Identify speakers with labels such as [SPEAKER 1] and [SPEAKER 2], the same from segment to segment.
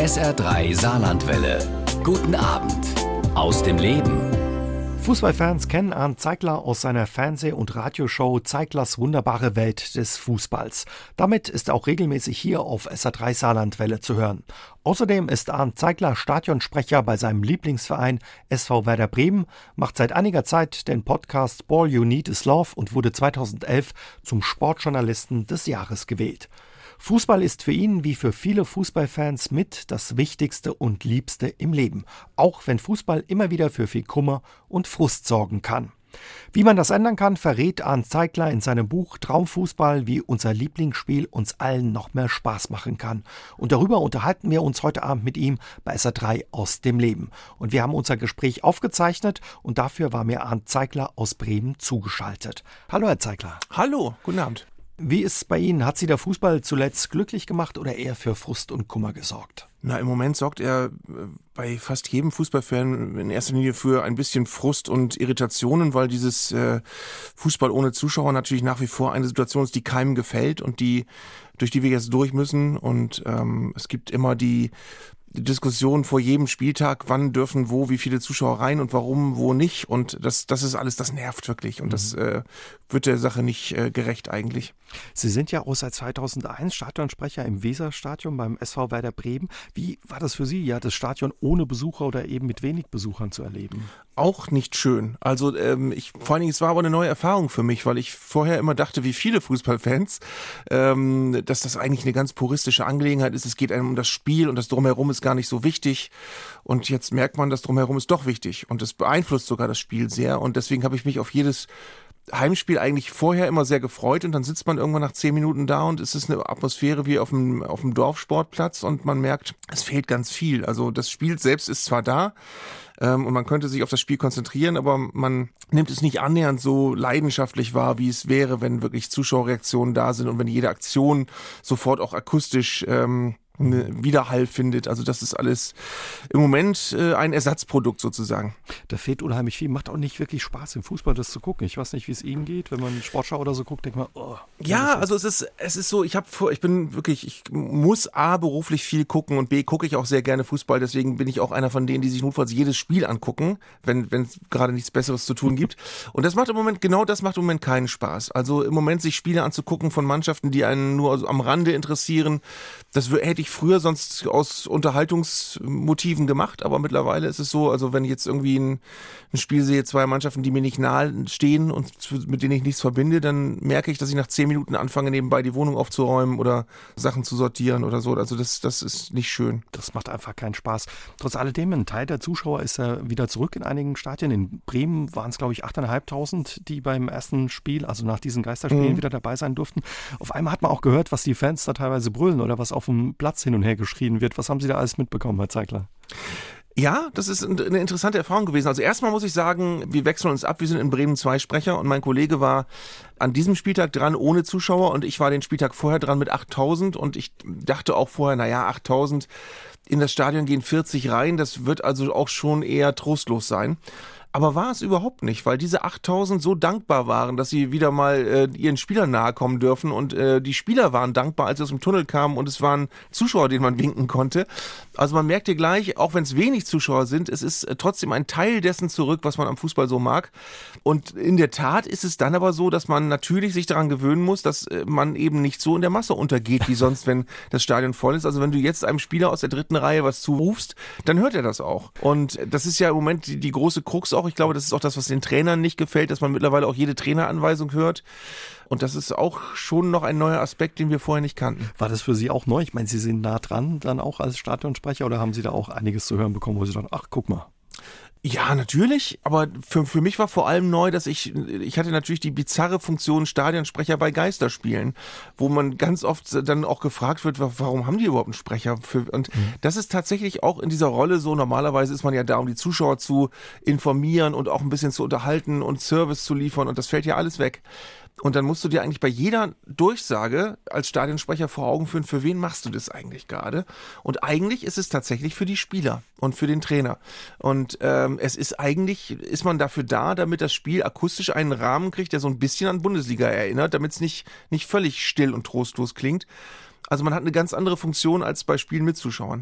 [SPEAKER 1] SR3 Saarlandwelle. Guten Abend aus dem Leben.
[SPEAKER 2] Fußballfans kennen Arndt Zeigler aus seiner Fernseh- und Radioshow Zeiglers wunderbare Welt des Fußballs. Damit ist er auch regelmäßig hier auf SR3 Saarlandwelle zu hören. Außerdem ist Arndt Zeigler Stadionsprecher bei seinem Lieblingsverein SV Werder Bremen, macht seit einiger Zeit den Podcast All You Need Is Love und wurde 2011 zum Sportjournalisten des Jahres gewählt. Fußball ist für ihn wie für viele Fußballfans mit das Wichtigste und Liebste im Leben, auch wenn Fußball immer wieder für viel Kummer und Frust sorgen kann. Wie man das ändern kann, verrät Arndt Zeigler in seinem Buch Traumfußball, wie unser Lieblingsspiel uns allen noch mehr Spaß machen kann. Und darüber unterhalten wir uns heute Abend mit ihm bei SR3 aus dem Leben. Und wir haben unser Gespräch aufgezeichnet und dafür war mir Arndt Zeigler aus Bremen zugeschaltet. Hallo Herr Zeigler.
[SPEAKER 3] Hallo, guten Abend.
[SPEAKER 2] Wie ist es bei Ihnen? Hat Sie der Fußball zuletzt glücklich gemacht oder eher für Frust und Kummer gesorgt?
[SPEAKER 3] Na, im Moment sorgt er bei fast jedem Fußballfan in erster Linie für ein bisschen Frust und Irritationen, weil dieses Fußball ohne Zuschauer natürlich nach wie vor eine Situation ist, die keinem gefällt und durch die wir jetzt durch müssen. Und es gibt immer die Diskussion vor jedem Spieltag, wann dürfen wo, wie viele Zuschauer rein und warum, wo nicht. Und das ist alles, das nervt wirklich. Und das wird der Sache nicht gerecht eigentlich.
[SPEAKER 2] Sie sind ja auch seit 2001 Stadionsprecher im Weserstadion beim SV Werder Bremen. Wie war das für Sie, ja, das Stadion ohne Besucher oder eben mit wenig Besuchern zu erleben?
[SPEAKER 3] Auch nicht schön. Also vor allen Dingen, es war aber eine neue Erfahrung für mich, weil ich vorher immer dachte, wie viele Fußballfans, dass das eigentlich eine ganz puristische Angelegenheit ist. Es geht einem um das Spiel und das Drumherum ist gar nicht so wichtig. Und jetzt merkt man, das Drumherum ist doch wichtig und es beeinflusst sogar das Spiel sehr. Und deswegen habe ich mich auf jedes Heimspiel eigentlich vorher immer sehr gefreut und dann sitzt man irgendwann nach 10 Minuten da und es ist eine Atmosphäre wie auf dem Dorfsportplatz und man merkt, es fehlt ganz viel. Also das Spiel selbst ist zwar da und man könnte sich auf das Spiel konzentrieren, aber man nimmt es nicht annähernd so leidenschaftlich wahr, wie es wäre, wenn wirklich Zuschauerreaktionen da sind und wenn jede Aktion sofort auch akustisch Widerhall findet. Also das ist alles im Moment ein Ersatzprodukt sozusagen.
[SPEAKER 2] Da fehlt unheimlich viel. Macht auch nicht wirklich Spaß im Fußball, das zu gucken. Ich weiß nicht, wie es Ihnen geht. Wenn man Sportschau oder so guckt, denkt man, oh.
[SPEAKER 3] Ja, also es ist so, ich muss A, beruflich viel gucken und B, gucke ich auch sehr gerne Fußball. Deswegen bin ich auch einer von denen, die sich notfalls jedes Spiel angucken, wenn es gerade nichts Besseres zu tun gibt. Und das macht im Moment keinen Spaß. Also im Moment sich Spiele anzugucken von Mannschaften, die einen nur am Rande interessieren, das hätte ich früher sonst aus Unterhaltungsmotiven gemacht, aber mittlerweile ist es so, also wenn ich jetzt irgendwie ein Spiel sehe, zwei Mannschaften, die mir nicht nahe stehen und mit denen ich nichts verbinde, dann merke ich, dass ich nach 10 Minuten anfange, nebenbei die Wohnung aufzuräumen oder Sachen zu sortieren oder so. Also das ist nicht schön.
[SPEAKER 2] Das macht einfach keinen Spaß. Trotz alledem, ein Teil der Zuschauer ist ja wieder zurück in einigen Stadien. In Bremen waren es, glaube ich, 8.500, die beim ersten Spiel, also nach diesen Geisterspielen, wieder dabei sein durften. Auf einmal hat man auch gehört, was die Fans da teilweise brüllen oder was auf dem Platz hin und her geschrien wird. Was haben Sie da alles mitbekommen, Herr Zeigler?
[SPEAKER 3] Ja, das ist eine interessante Erfahrung gewesen. Also erstmal muss ich sagen, wir wechseln uns ab. Wir sind in Bremen 2 Sprecher und mein Kollege war an diesem Spieltag dran ohne Zuschauer und ich war den Spieltag vorher dran mit 8.000 und ich dachte auch vorher, 8.000, in das Stadion gehen 40 rein. Das wird also auch schon eher trostlos sein. Aber war es überhaupt nicht, weil diese 8.000 so dankbar waren, dass sie wieder mal ihren Spielern nahe kommen dürfen und die Spieler waren dankbar, als sie aus dem Tunnel kamen und es waren Zuschauer, denen man winken konnte. Also man merkte gleich, auch wenn es wenig Zuschauer sind, es ist trotzdem ein Teil dessen zurück, was man am Fußball so mag. Und in der Tat ist es dann aber so, dass man natürlich sich daran gewöhnen muss, dass man eben nicht so in der Masse untergeht, wie sonst, wenn das Stadion voll ist. Also wenn du jetzt einem Spieler aus der 3. Reihe was zurufst, dann hört er das auch. Und das ist ja im Moment die große Krux auch. Ich glaube, das ist auch das, was den Trainern nicht gefällt, dass man mittlerweile auch jede Traineranweisung hört. Und das ist auch schon noch ein neuer Aspekt, den wir vorher nicht kannten.
[SPEAKER 2] War das für Sie auch neu? Ich meine, Sie sind nah dran, dann auch als Stadionsprecher, oder haben Sie da auch einiges zu hören bekommen, wo Sie dachten, ach, guck mal.
[SPEAKER 3] Ja, natürlich, aber für mich war vor allem neu, dass ich hatte natürlich die bizarre Funktion Stadionsprecher bei Geisterspielen, wo man ganz oft dann auch gefragt wird, warum haben die überhaupt einen Sprecher? Und das ist tatsächlich auch in dieser Rolle so, normalerweise ist man ja da, um die Zuschauer zu informieren und auch ein bisschen zu unterhalten und Service zu liefern und das fällt ja alles weg. Und dann musst du dir eigentlich bei jeder Durchsage als Stadionsprecher vor Augen führen, für wen machst du das eigentlich gerade? Und eigentlich ist es tatsächlich für die Spieler und für den Trainer. Und ist man dafür da, damit das Spiel akustisch einen Rahmen kriegt, der so ein bisschen an Bundesliga erinnert, damit es nicht völlig still und trostlos klingt. Also man hat eine ganz andere Funktion als bei Spielen mit Zuschauern.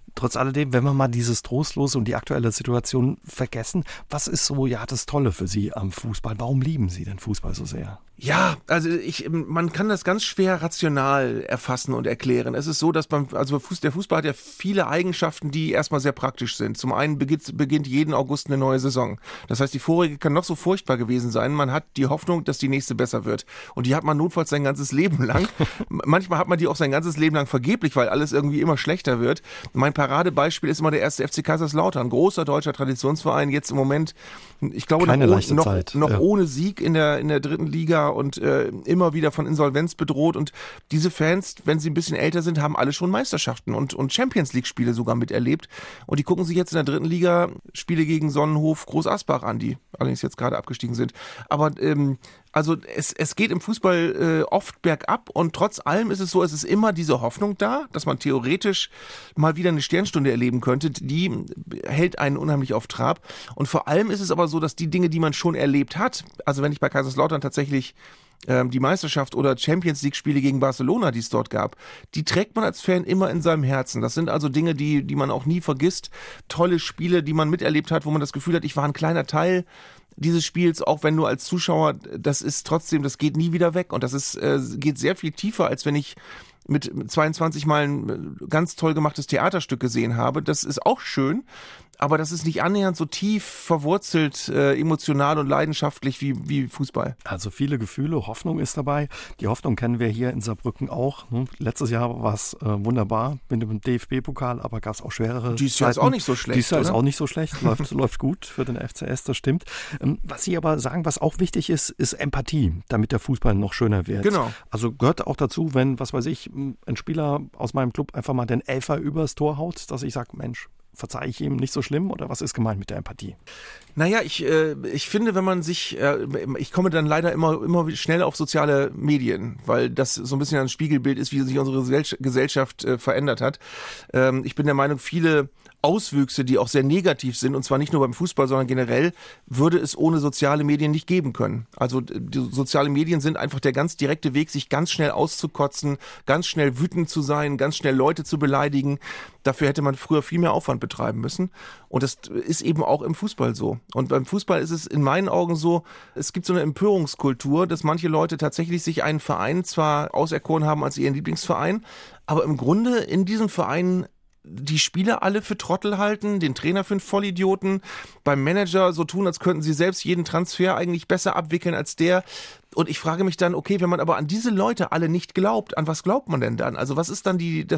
[SPEAKER 2] Trotz alledem, wenn wir mal dieses Trostlose und die aktuelle Situation vergessen, was ist so das Tolle für Sie am Fußball? Warum lieben Sie den Fußball so sehr?
[SPEAKER 3] Ja, also man kann das ganz schwer rational erfassen und erklären. Es ist so, dass der Fußball hat ja viele Eigenschaften, die erstmal sehr praktisch sind. Zum einen beginnt jeden August eine neue Saison. Das heißt, die vorige kann noch so furchtbar gewesen sein. Man hat die Hoffnung, dass die nächste besser wird. Und die hat man notfalls sein ganzes Leben lang. Manchmal hat man die auch sein ganzes Leben lang vergeblich, weil alles irgendwie immer schlechter wird. Mein Paradebeispiel ist immer der erste FC Kaiserslautern. Großer deutscher Traditionsverein. Jetzt im Moment, ich glaube, noch ohne Sieg in der dritten Liga und immer wieder von Insolvenz bedroht. Und diese Fans, wenn sie ein bisschen älter sind, haben alle schon Meisterschaften und Champions League Spiele sogar miterlebt. Und die gucken sich jetzt in der dritten Liga Spiele gegen Sonnenhof Groß Asbach an, die allerdings jetzt gerade abgestiegen sind. Aber also es geht im Fußball oft bergab und trotz allem ist es so, es ist immer diese Hoffnung da, dass man theoretisch mal wieder eine Sternstunde erleben könnte. Die hält einen unheimlich auf Trab. Und vor allem ist es aber so, dass die Dinge, die man schon erlebt hat, also wenn ich bei Kaiserslautern tatsächlich die Meisterschaft oder Champions League Spiele gegen Barcelona, die es dort gab, die trägt man als Fan immer in seinem Herzen. Das sind also Dinge, die man auch nie vergisst. Tolle Spiele, die man miterlebt hat, wo man das Gefühl hat, ich war ein kleiner Teil dieses Spiels, auch wenn nur als Zuschauer, das geht nie wieder weg und geht sehr viel tiefer, als wenn ich mit 22 Mal ein ganz toll gemachtes Theaterstück gesehen habe. Das ist auch schön, aber das ist nicht annähernd so tief verwurzelt, emotional und leidenschaftlich wie Fußball.
[SPEAKER 2] Also viele Gefühle, Hoffnung ist dabei. Die Hoffnung kennen wir hier in Saarbrücken auch. Letztes Jahr war es wunderbar mit dem DFB-Pokal, aber gab es auch schwerere
[SPEAKER 3] Dieses Jahr ist auch nicht so schlecht.
[SPEAKER 2] Dieses Jahr ist auch nicht so schlecht, läuft gut für den FCS, das stimmt. Was Sie aber sagen, was auch wichtig ist Empathie, damit der Fußball noch schöner wird.
[SPEAKER 3] Genau.
[SPEAKER 2] Also gehört auch dazu, wenn, was weiß ich, ein Spieler aus meinem Club einfach mal den Elfer übers Tor haut, dass ich sage, Mensch, verzeihe ich ihm, nicht so schlimm, oder was ist gemeint mit der Empathie?
[SPEAKER 3] Naja, ich finde, wenn man sich, ich komme dann leider immer schnell auf soziale Medien, weil das so ein bisschen ein Spiegelbild ist, wie sich unsere Gesellschaft verändert hat. Ich bin der Meinung, viele Auswüchse, die auch sehr negativ sind, und zwar nicht nur beim Fußball, sondern generell, würde es ohne soziale Medien nicht geben können. Also die soziale Medien sind einfach der ganz direkte Weg, sich ganz schnell auszukotzen, ganz schnell wütend zu sein, ganz schnell Leute zu beleidigen. Dafür hätte man früher viel mehr Aufwand betreiben müssen. Und das ist eben auch im Fußball so. Und beim Fußball ist es in meinen Augen so, es gibt so eine Empörungskultur, dass manche Leute tatsächlich sich einen Verein zwar auserkoren haben als ihren Lieblingsverein, aber im Grunde in diesem Verein die Spieler alle für Trottel halten, den Trainer für einen Vollidioten, beim Manager so tun, als könnten sie selbst jeden Transfer eigentlich besser abwickeln als der. Und ich frage mich dann, okay, wenn man aber an diese Leute alle nicht glaubt, an was glaubt man denn dann? Also was ist dann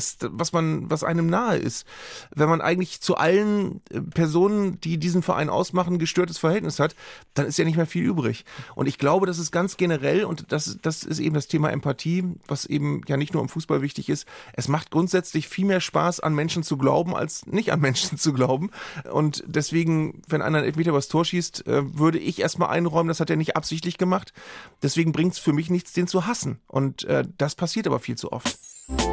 [SPEAKER 3] was einem nahe ist? Wenn man eigentlich zu allen Personen, die diesen Verein ausmachen, gestörtes Verhältnis hat, dann ist ja nicht mehr viel übrig. Und ich glaube, das ist ganz generell, und das ist eben das Thema Empathie, was eben ja nicht nur im Fußball wichtig ist. Es macht grundsätzlich viel mehr Spaß, an Menschen zu glauben, als nicht an Menschen zu glauben. Und deswegen, wenn einer einen Elfmeter übers Tor schießt, würde ich erstmal einräumen, das hat er nicht absichtlich gemacht. Deswegen bringt es für mich nichts, den zu hassen. Und das passiert aber viel zu oft.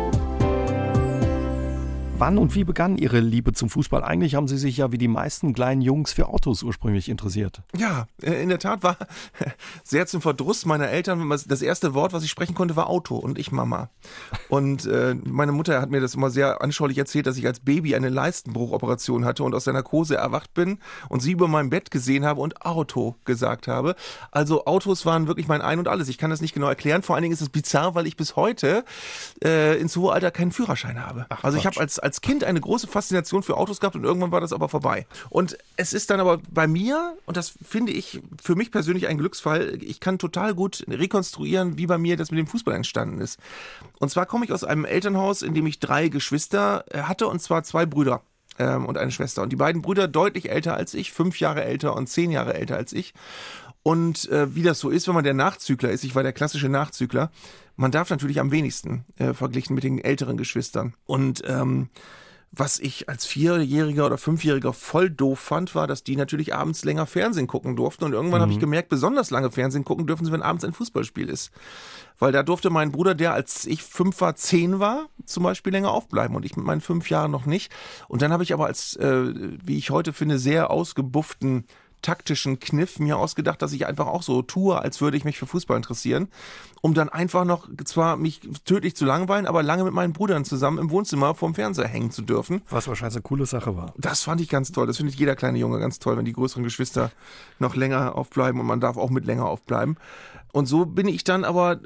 [SPEAKER 2] Wann und wie begann Ihre Liebe zum Fußball? Eigentlich haben Sie sich ja wie die meisten kleinen Jungs für Autos ursprünglich interessiert.
[SPEAKER 3] Ja, in der Tat war sehr zum Verdruss meiner Eltern, das erste Wort, was ich sprechen konnte, war Auto und ich Mama. Und meine Mutter hat mir das immer sehr anschaulich erzählt, dass ich als Baby eine Leistenbruchoperation hatte und aus der Narkose erwacht bin und sie über meinem Bett gesehen habe und Auto gesagt habe. Also Autos waren wirklich mein Ein und Alles. Ich kann das nicht genau erklären. Vor allen Dingen ist es bizarr, weil ich bis heute ins hohe Alter keinen Führerschein habe.
[SPEAKER 2] Ach,
[SPEAKER 3] also ich habe als Kind eine große Faszination für Autos gehabt und irgendwann war das aber vorbei. Und es ist dann aber bei mir, und das finde ich für mich persönlich ein Glücksfall, ich kann total gut rekonstruieren, wie bei mir das mit dem Fußball entstanden ist. Und zwar komme ich aus einem Elternhaus, in dem ich 3 Geschwister hatte, und zwar 2 Brüder und eine Schwester. Und die beiden Brüder deutlich älter als ich, 5 Jahre älter und 10 Jahre älter als ich. Und wie das so ist, wenn man der Nachzügler ist, ich war der klassische Nachzügler, man darf natürlich am wenigsten verglichen mit den älteren Geschwistern. Und was ich als 4-Jähriger oder 5-Jähriger voll doof fand, war, dass die natürlich abends länger Fernsehen gucken durften. Und irgendwann habe ich gemerkt, besonders lange Fernsehen gucken dürfen sie, wenn abends ein Fußballspiel ist. Weil da durfte mein Bruder, der als ich 5 war, 10 war, zum Beispiel länger aufbleiben und ich mit meinen 5 Jahren noch nicht. Und dann habe ich aber als, wie ich heute finde, sehr ausgebufften taktischen Kniff mir ausgedacht, dass ich einfach auch so tue, als würde ich mich für Fußball interessieren, um dann einfach noch zwar mich tödlich zu langweilen, aber lange mit meinen Brüdern zusammen im Wohnzimmer vorm Fernseher hängen zu dürfen.
[SPEAKER 2] Was wahrscheinlich eine coole Sache war.
[SPEAKER 3] Das fand ich ganz toll. Das findet jeder kleine Junge ganz toll, wenn die größeren Geschwister noch länger aufbleiben und man darf auch mit länger aufbleiben. Und so bin ich dann aber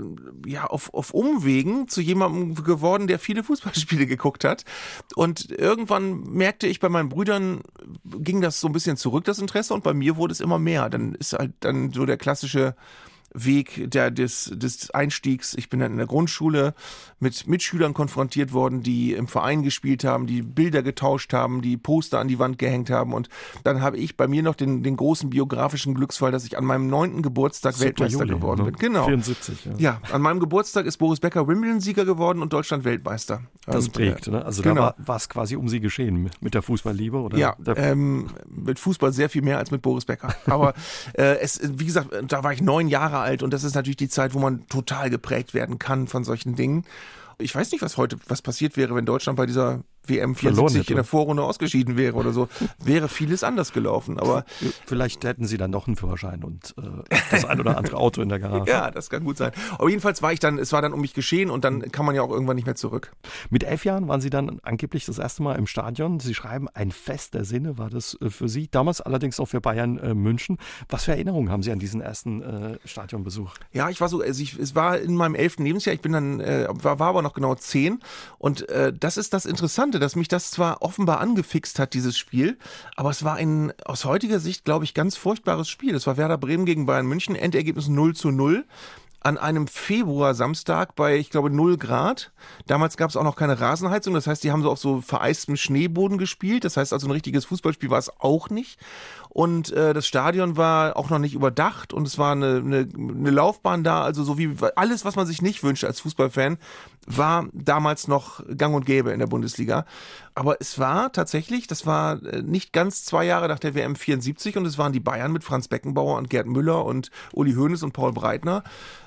[SPEAKER 3] auf Umwegen zu jemandem geworden, der viele Fußballspiele geguckt hat. Und irgendwann merkte ich, bei meinen Brüdern ging das so ein bisschen zurück, das Interesse, und bei mir wurde es immer mehr. Dann ist halt dann so der klassische Weg des Einstiegs. Ich bin dann in der Grundschule mit Mitschülern konfrontiert worden, die im Verein gespielt haben, die Bilder getauscht haben, die Poster an die Wand gehängt haben, und dann habe ich bei mir noch den großen biografischen Glücksfall, dass ich an meinem 9. Geburtstag Weltmeister geworden bin. Genau.
[SPEAKER 2] 74,
[SPEAKER 3] Ja, an meinem Geburtstag ist Boris Becker Wimbledon-Sieger geworden und Deutschland Weltmeister.
[SPEAKER 2] Das prägt, ne? Also
[SPEAKER 3] genau.
[SPEAKER 2] Da war es quasi um Sie geschehen mit der Fußballliebe, oder?
[SPEAKER 3] Ja, mit Fußball sehr viel mehr als mit Boris Becker. Aber wie gesagt, da war ich 9 Jahre alt, und das ist natürlich die Zeit, wo man total geprägt werden kann von solchen Dingen. Ich weiß nicht, was passiert wäre, wenn Deutschland bei dieser WM 74 in der Vorrunde ausgeschieden wäre oder so. Wäre vieles anders gelaufen, aber
[SPEAKER 2] vielleicht hätten Sie dann noch einen Führerschein und das ein oder andere Auto in der Garage.
[SPEAKER 3] Ja, das kann gut sein. Aber jedenfalls es war dann um mich geschehen, und dann kann man ja auch irgendwann nicht mehr zurück.
[SPEAKER 2] Mit 11 Jahren waren Sie dann angeblich das erste Mal im Stadion. Sie schreiben, ein Fest der Sinne war das für Sie. Damals allerdings auch für Bayern München. Was für Erinnerungen haben Sie an diesen ersten Stadionbesuch?
[SPEAKER 3] Ja, es war in meinem 11. Lebensjahr. Ich bin dann, war aber noch genau 10. Und das ist das Interessante, dass mich das zwar offenbar angefixt hat, dieses Spiel, aber es war ein aus heutiger Sicht, glaube ich, ganz furchtbares Spiel. Es war Werder Bremen gegen Bayern München, Endergebnis 0:0. An einem Februar-Samstag bei, ich glaube, 0 Grad. Damals gab es auch noch keine Rasenheizung, das heißt, die haben so auf so vereistem Schneeboden gespielt. Das heißt also, ein richtiges Fußballspiel war es auch nicht. Und das Stadion war auch noch nicht überdacht, und es war eine Laufbahn da, also so wie alles, was man sich nicht wünscht als Fußballfan, war damals noch gang und gäbe in der Bundesliga. Aber es war tatsächlich, das war nicht ganz 2 Jahre nach der WM 74, und es waren die Bayern mit Franz Beckenbauer und Gerd Müller und Uli Hoeneß und Paul Breitner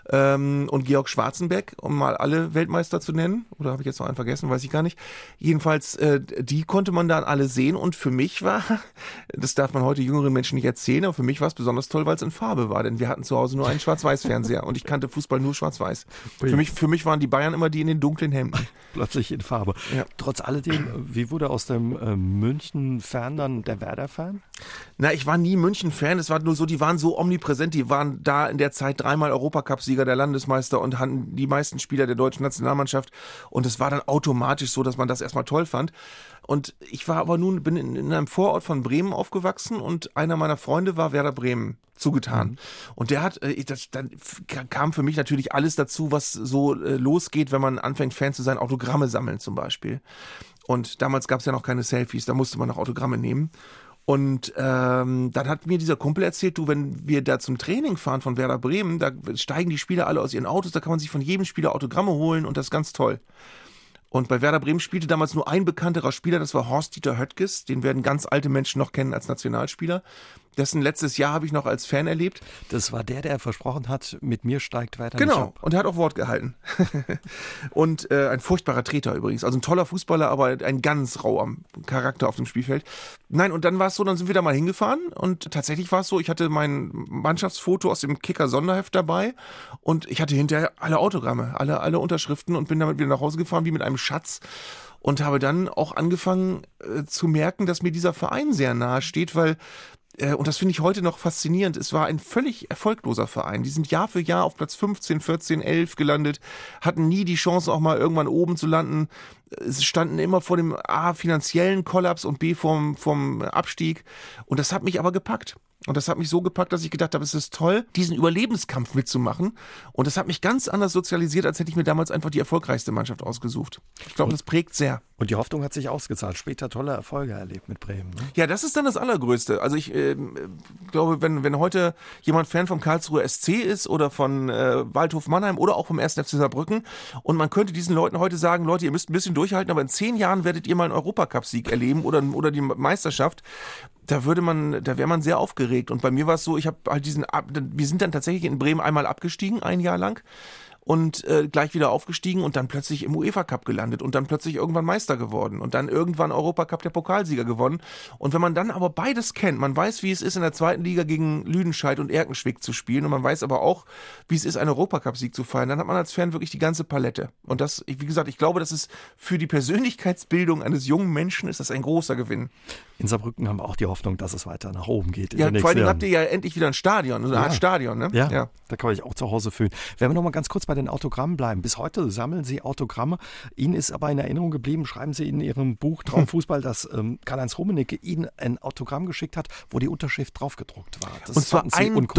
[SPEAKER 3] und Georg Schwarzenbeck, um mal alle Weltmeister zu nennen. Oder habe ich jetzt noch einen vergessen, weiß ich gar nicht. Jedenfalls, die konnte man dann alle sehen, und für mich war, das darf man heute jüngeren Menschen nicht erzählen, aber für mich war es besonders toll, weil es in Farbe war, denn wir hatten zu Hause nur einen Schwarz-Weiß-Fernseher und ich kannte Fußball nur schwarz-weiß. Für mich waren die Bayern immer die in den dunklen Hemden.
[SPEAKER 2] Plötzlich in Farbe. Ja. Trotz alledem, wie wurde aus dem München-Fan dann der Werder-Fan?
[SPEAKER 3] Na, ich war nie München-Fan, es war nur so, die waren so omnipräsent, die waren da in der Zeit 3-mal Europacup-Sieger, der Landesmeister, und hatten die meisten Spieler der deutschen Nationalmannschaft, und es war dann automatisch so, dass man das erstmal toll fand. Und ich war aber bin in einem Vorort von Bremen aufgewachsen, und einer meiner Freunde war Werder Bremen zugetan. Und der hat, dann kam für mich natürlich alles dazu, was so losgeht, wenn man anfängt, Fan zu sein, Autogramme sammeln zum Beispiel. Und damals gab es ja noch keine Selfies, da musste man noch Autogramme nehmen. Und dann hat mir dieser Kumpel erzählt, wenn wir da zum Training fahren von Werder Bremen, da steigen die Spieler alle aus ihren Autos, da kann man sich von jedem Spieler Autogramme holen, und das ist ganz toll. Und bei Werder Bremen spielte damals nur ein bekannterer Spieler, das war Horst-Dieter Höttges, den werden ganz alte Menschen noch kennen als Nationalspieler. Dessen letztes Jahr habe ich noch als Fan erlebt.
[SPEAKER 2] Das war der versprochen hat, mit mir steigt weiter nicht ab.
[SPEAKER 3] Genau, und er hat auch Wort gehalten. Und ein furchtbarer Treter übrigens. Also ein toller Fußballer, aber ein ganz rauer Charakter auf dem Spielfeld. Nein, und dann war es so, dann sind wir da mal hingefahren, und tatsächlich war es so, ich hatte mein Mannschaftsfoto aus dem Kicker-Sonderheft dabei, und ich hatte hinterher alle Autogramme, alle Unterschriften, und bin damit wieder nach Hause gefahren wie mit einem Schatz. Und habe dann auch angefangen zu merken, dass mir dieser Verein sehr nahe steht, weil und das finde ich heute noch faszinierend. Es war ein völlig erfolgloser Verein. Die sind Jahr für Jahr auf Platz 15, 14, 11 gelandet, hatten nie die Chance, auch mal irgendwann oben zu landen. Sie standen immer vor dem A, finanziellen Kollaps, und B, vom Abstieg. Und das hat mich aber gepackt. Und das hat mich so gepackt, dass ich gedacht habe, es ist toll, diesen Überlebenskampf mitzumachen. Und das hat mich ganz anders sozialisiert, als hätte ich mir damals einfach die erfolgreichste Mannschaft ausgesucht. Ich glaube, das prägt sehr.
[SPEAKER 2] Und die Hoffnung hat sich ausgezahlt. Später tolle Erfolge erlebt mit Bremen. Ne?
[SPEAKER 3] Ja, das ist dann das Allergrößte. Also ich glaube, wenn heute jemand Fan vom Karlsruher SC ist oder von Waldhof Mannheim oder auch vom 1. FC Saarbrücken, und man könnte diesen Leuten heute sagen, Leute, ihr müsst ein bisschen durchhalten, aber in 10 Jahren werdet ihr mal einen Europacup-Sieg erleben oder die Meisterschaft, da wäre man sehr aufgeregt. Und bei mir war es so, wir sind dann tatsächlich in Bremen einmal abgestiegen, ein Jahr lang. Und gleich wieder aufgestiegen und dann plötzlich im UEFA-Cup gelandet und dann plötzlich irgendwann Meister geworden und dann irgendwann Europacup der Pokalsieger gewonnen. Und wenn man dann aber beides kennt, man weiß, wie es ist, in der zweiten Liga gegen Lüdenscheid und Erkenschwick zu spielen und man weiß aber auch, wie es ist, einen Europacup-Sieg zu feiern, dann hat man als Fan wirklich die ganze Palette. Und das, wie gesagt, ich glaube, das ist für die Persönlichkeitsbildung eines jungen Menschen ist das ein großer Gewinn.
[SPEAKER 2] In Saarbrücken haben wir auch die Hoffnung, dass es weiter nach oben geht.
[SPEAKER 3] Ja, vor allem habt ihr ja endlich wieder ein Stadion, eine Art Stadion, ne?
[SPEAKER 2] Ja, da kann ich auch zu Hause fühlen. Wenn wir noch mal ganz kurz bei den Autogrammen bleiben. Bis heute sammeln Sie Autogramme. Ihnen ist aber in Erinnerung geblieben, schreiben Sie in Ihrem Buch Traumfußball, dass Karl-Heinz Rummenigge Ihnen ein Autogramm geschickt hat, wo die Unterschrift drauf gedruckt war. Das
[SPEAKER 3] und zwar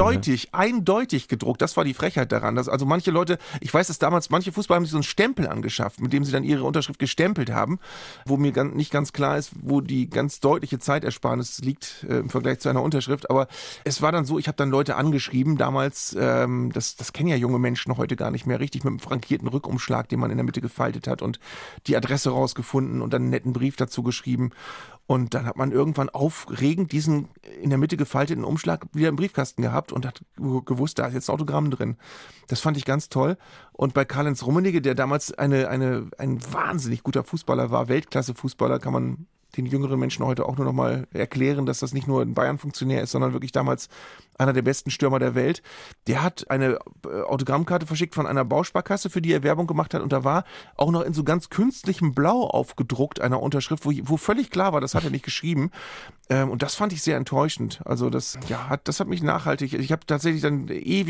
[SPEAKER 3] eindeutig gedruckt. Das war die Frechheit daran. Also manche Leute, ich weiß, dass damals manche Fußballer haben sich so einen Stempel angeschafft, mit dem sie dann ihre Unterschrift gestempelt haben, wo mir nicht ganz klar ist, wo die ganz deutliche Zeitersparnis liegt im Vergleich zu einer Unterschrift. Aber es war dann so, ich habe dann Leute angeschrieben, damals, das kennen ja junge Menschen heute gar nicht mehr richtig, mit einem frankierten Rückumschlag, den man in der Mitte gefaltet hat und die Adresse rausgefunden und dann einen netten Brief dazu geschrieben. Und dann hat man irgendwann aufregend diesen in der Mitte gefalteten Umschlag wieder im Briefkasten gehabt und hat gewusst, da ist jetzt ein Autogramm drin. Das fand ich ganz toll. Und bei Karl-Heinz Rummenigge, der damals ein wahnsinnig guter Fußballer war, Weltklasse-Fußballer, kann man den jüngeren Menschen heute auch nur noch mal erklären, dass das nicht nur ein Bayern-Funktionär ist, sondern wirklich damals einer der besten Stürmer der Welt. Der hat eine Autogrammkarte verschickt von einer Bausparkasse, für die er Werbung gemacht hat. Und da war auch noch in so ganz künstlichem Blau aufgedruckt einer Unterschrift, wo völlig klar war, das hat er nicht geschrieben. Und das fand ich sehr enttäuschend. Also das hat mich nachhaltig, ich habe tatsächlich dann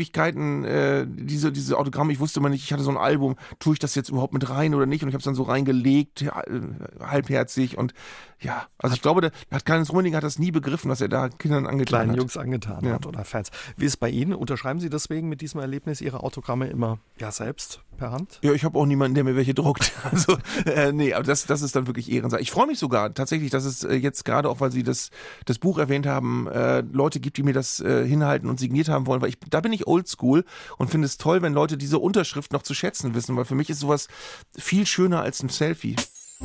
[SPEAKER 3] Ewigkeiten diese Autogramme, ich wusste immer nicht, ich hatte so ein Album, tue ich das jetzt überhaupt mit rein oder nicht? Und ich habe es dann so reingelegt, halbherzig und ja, also ich glaube, Karl-Heinz Rummenigge hat das nie begriffen, was er da Kindern angetan
[SPEAKER 2] Kleinen
[SPEAKER 3] hat.
[SPEAKER 2] Jungs angetan hat oder Fans. Wie ist es bei Ihnen? Unterschreiben Sie deswegen mit diesem Erlebnis Ihre Autogramme immer selbst per Hand?
[SPEAKER 3] Ja, ich habe auch niemanden, der mir welche druckt. Also nee, aber das ist dann wirklich Ehrensache. Ich freue mich sogar tatsächlich, dass es jetzt gerade auch, weil Sie das Buch erwähnt haben, Leute gibt, die mir das hinhalten und signiert haben wollen, weil da bin ich oldschool und finde es toll, wenn Leute diese Unterschrift noch zu schätzen wissen, weil für mich ist sowas viel schöner als ein Selfie.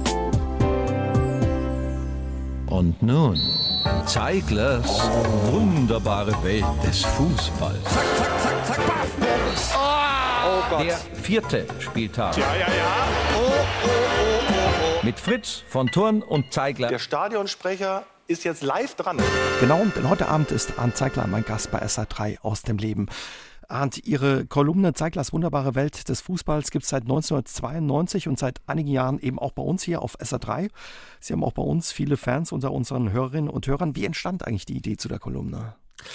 [SPEAKER 1] Und nun, Zeiglers wunderbare Welt des Fußballs.
[SPEAKER 4] Zack, zack, zack, zack, paff.
[SPEAKER 1] Oh Gott. Der 4. Spieltag.
[SPEAKER 4] Ja.
[SPEAKER 1] Mit Fritz von Thurn und Zeigler.
[SPEAKER 4] Der Stadionsprecher ist jetzt live dran.
[SPEAKER 2] Genau, denn heute Abend ist Arndt Zeigler mein Gast bei SR3 aus dem Leben. Arndt, Ihre Kolumne Zeiglers wunderbare Welt des Fußballs gibt es seit 1992 und seit einigen Jahren eben auch bei uns hier auf SR3. Sie haben auch bei uns viele Fans unter unseren Hörerinnen und Hörern. Wie entstand eigentlich die Idee zu der Kolumne?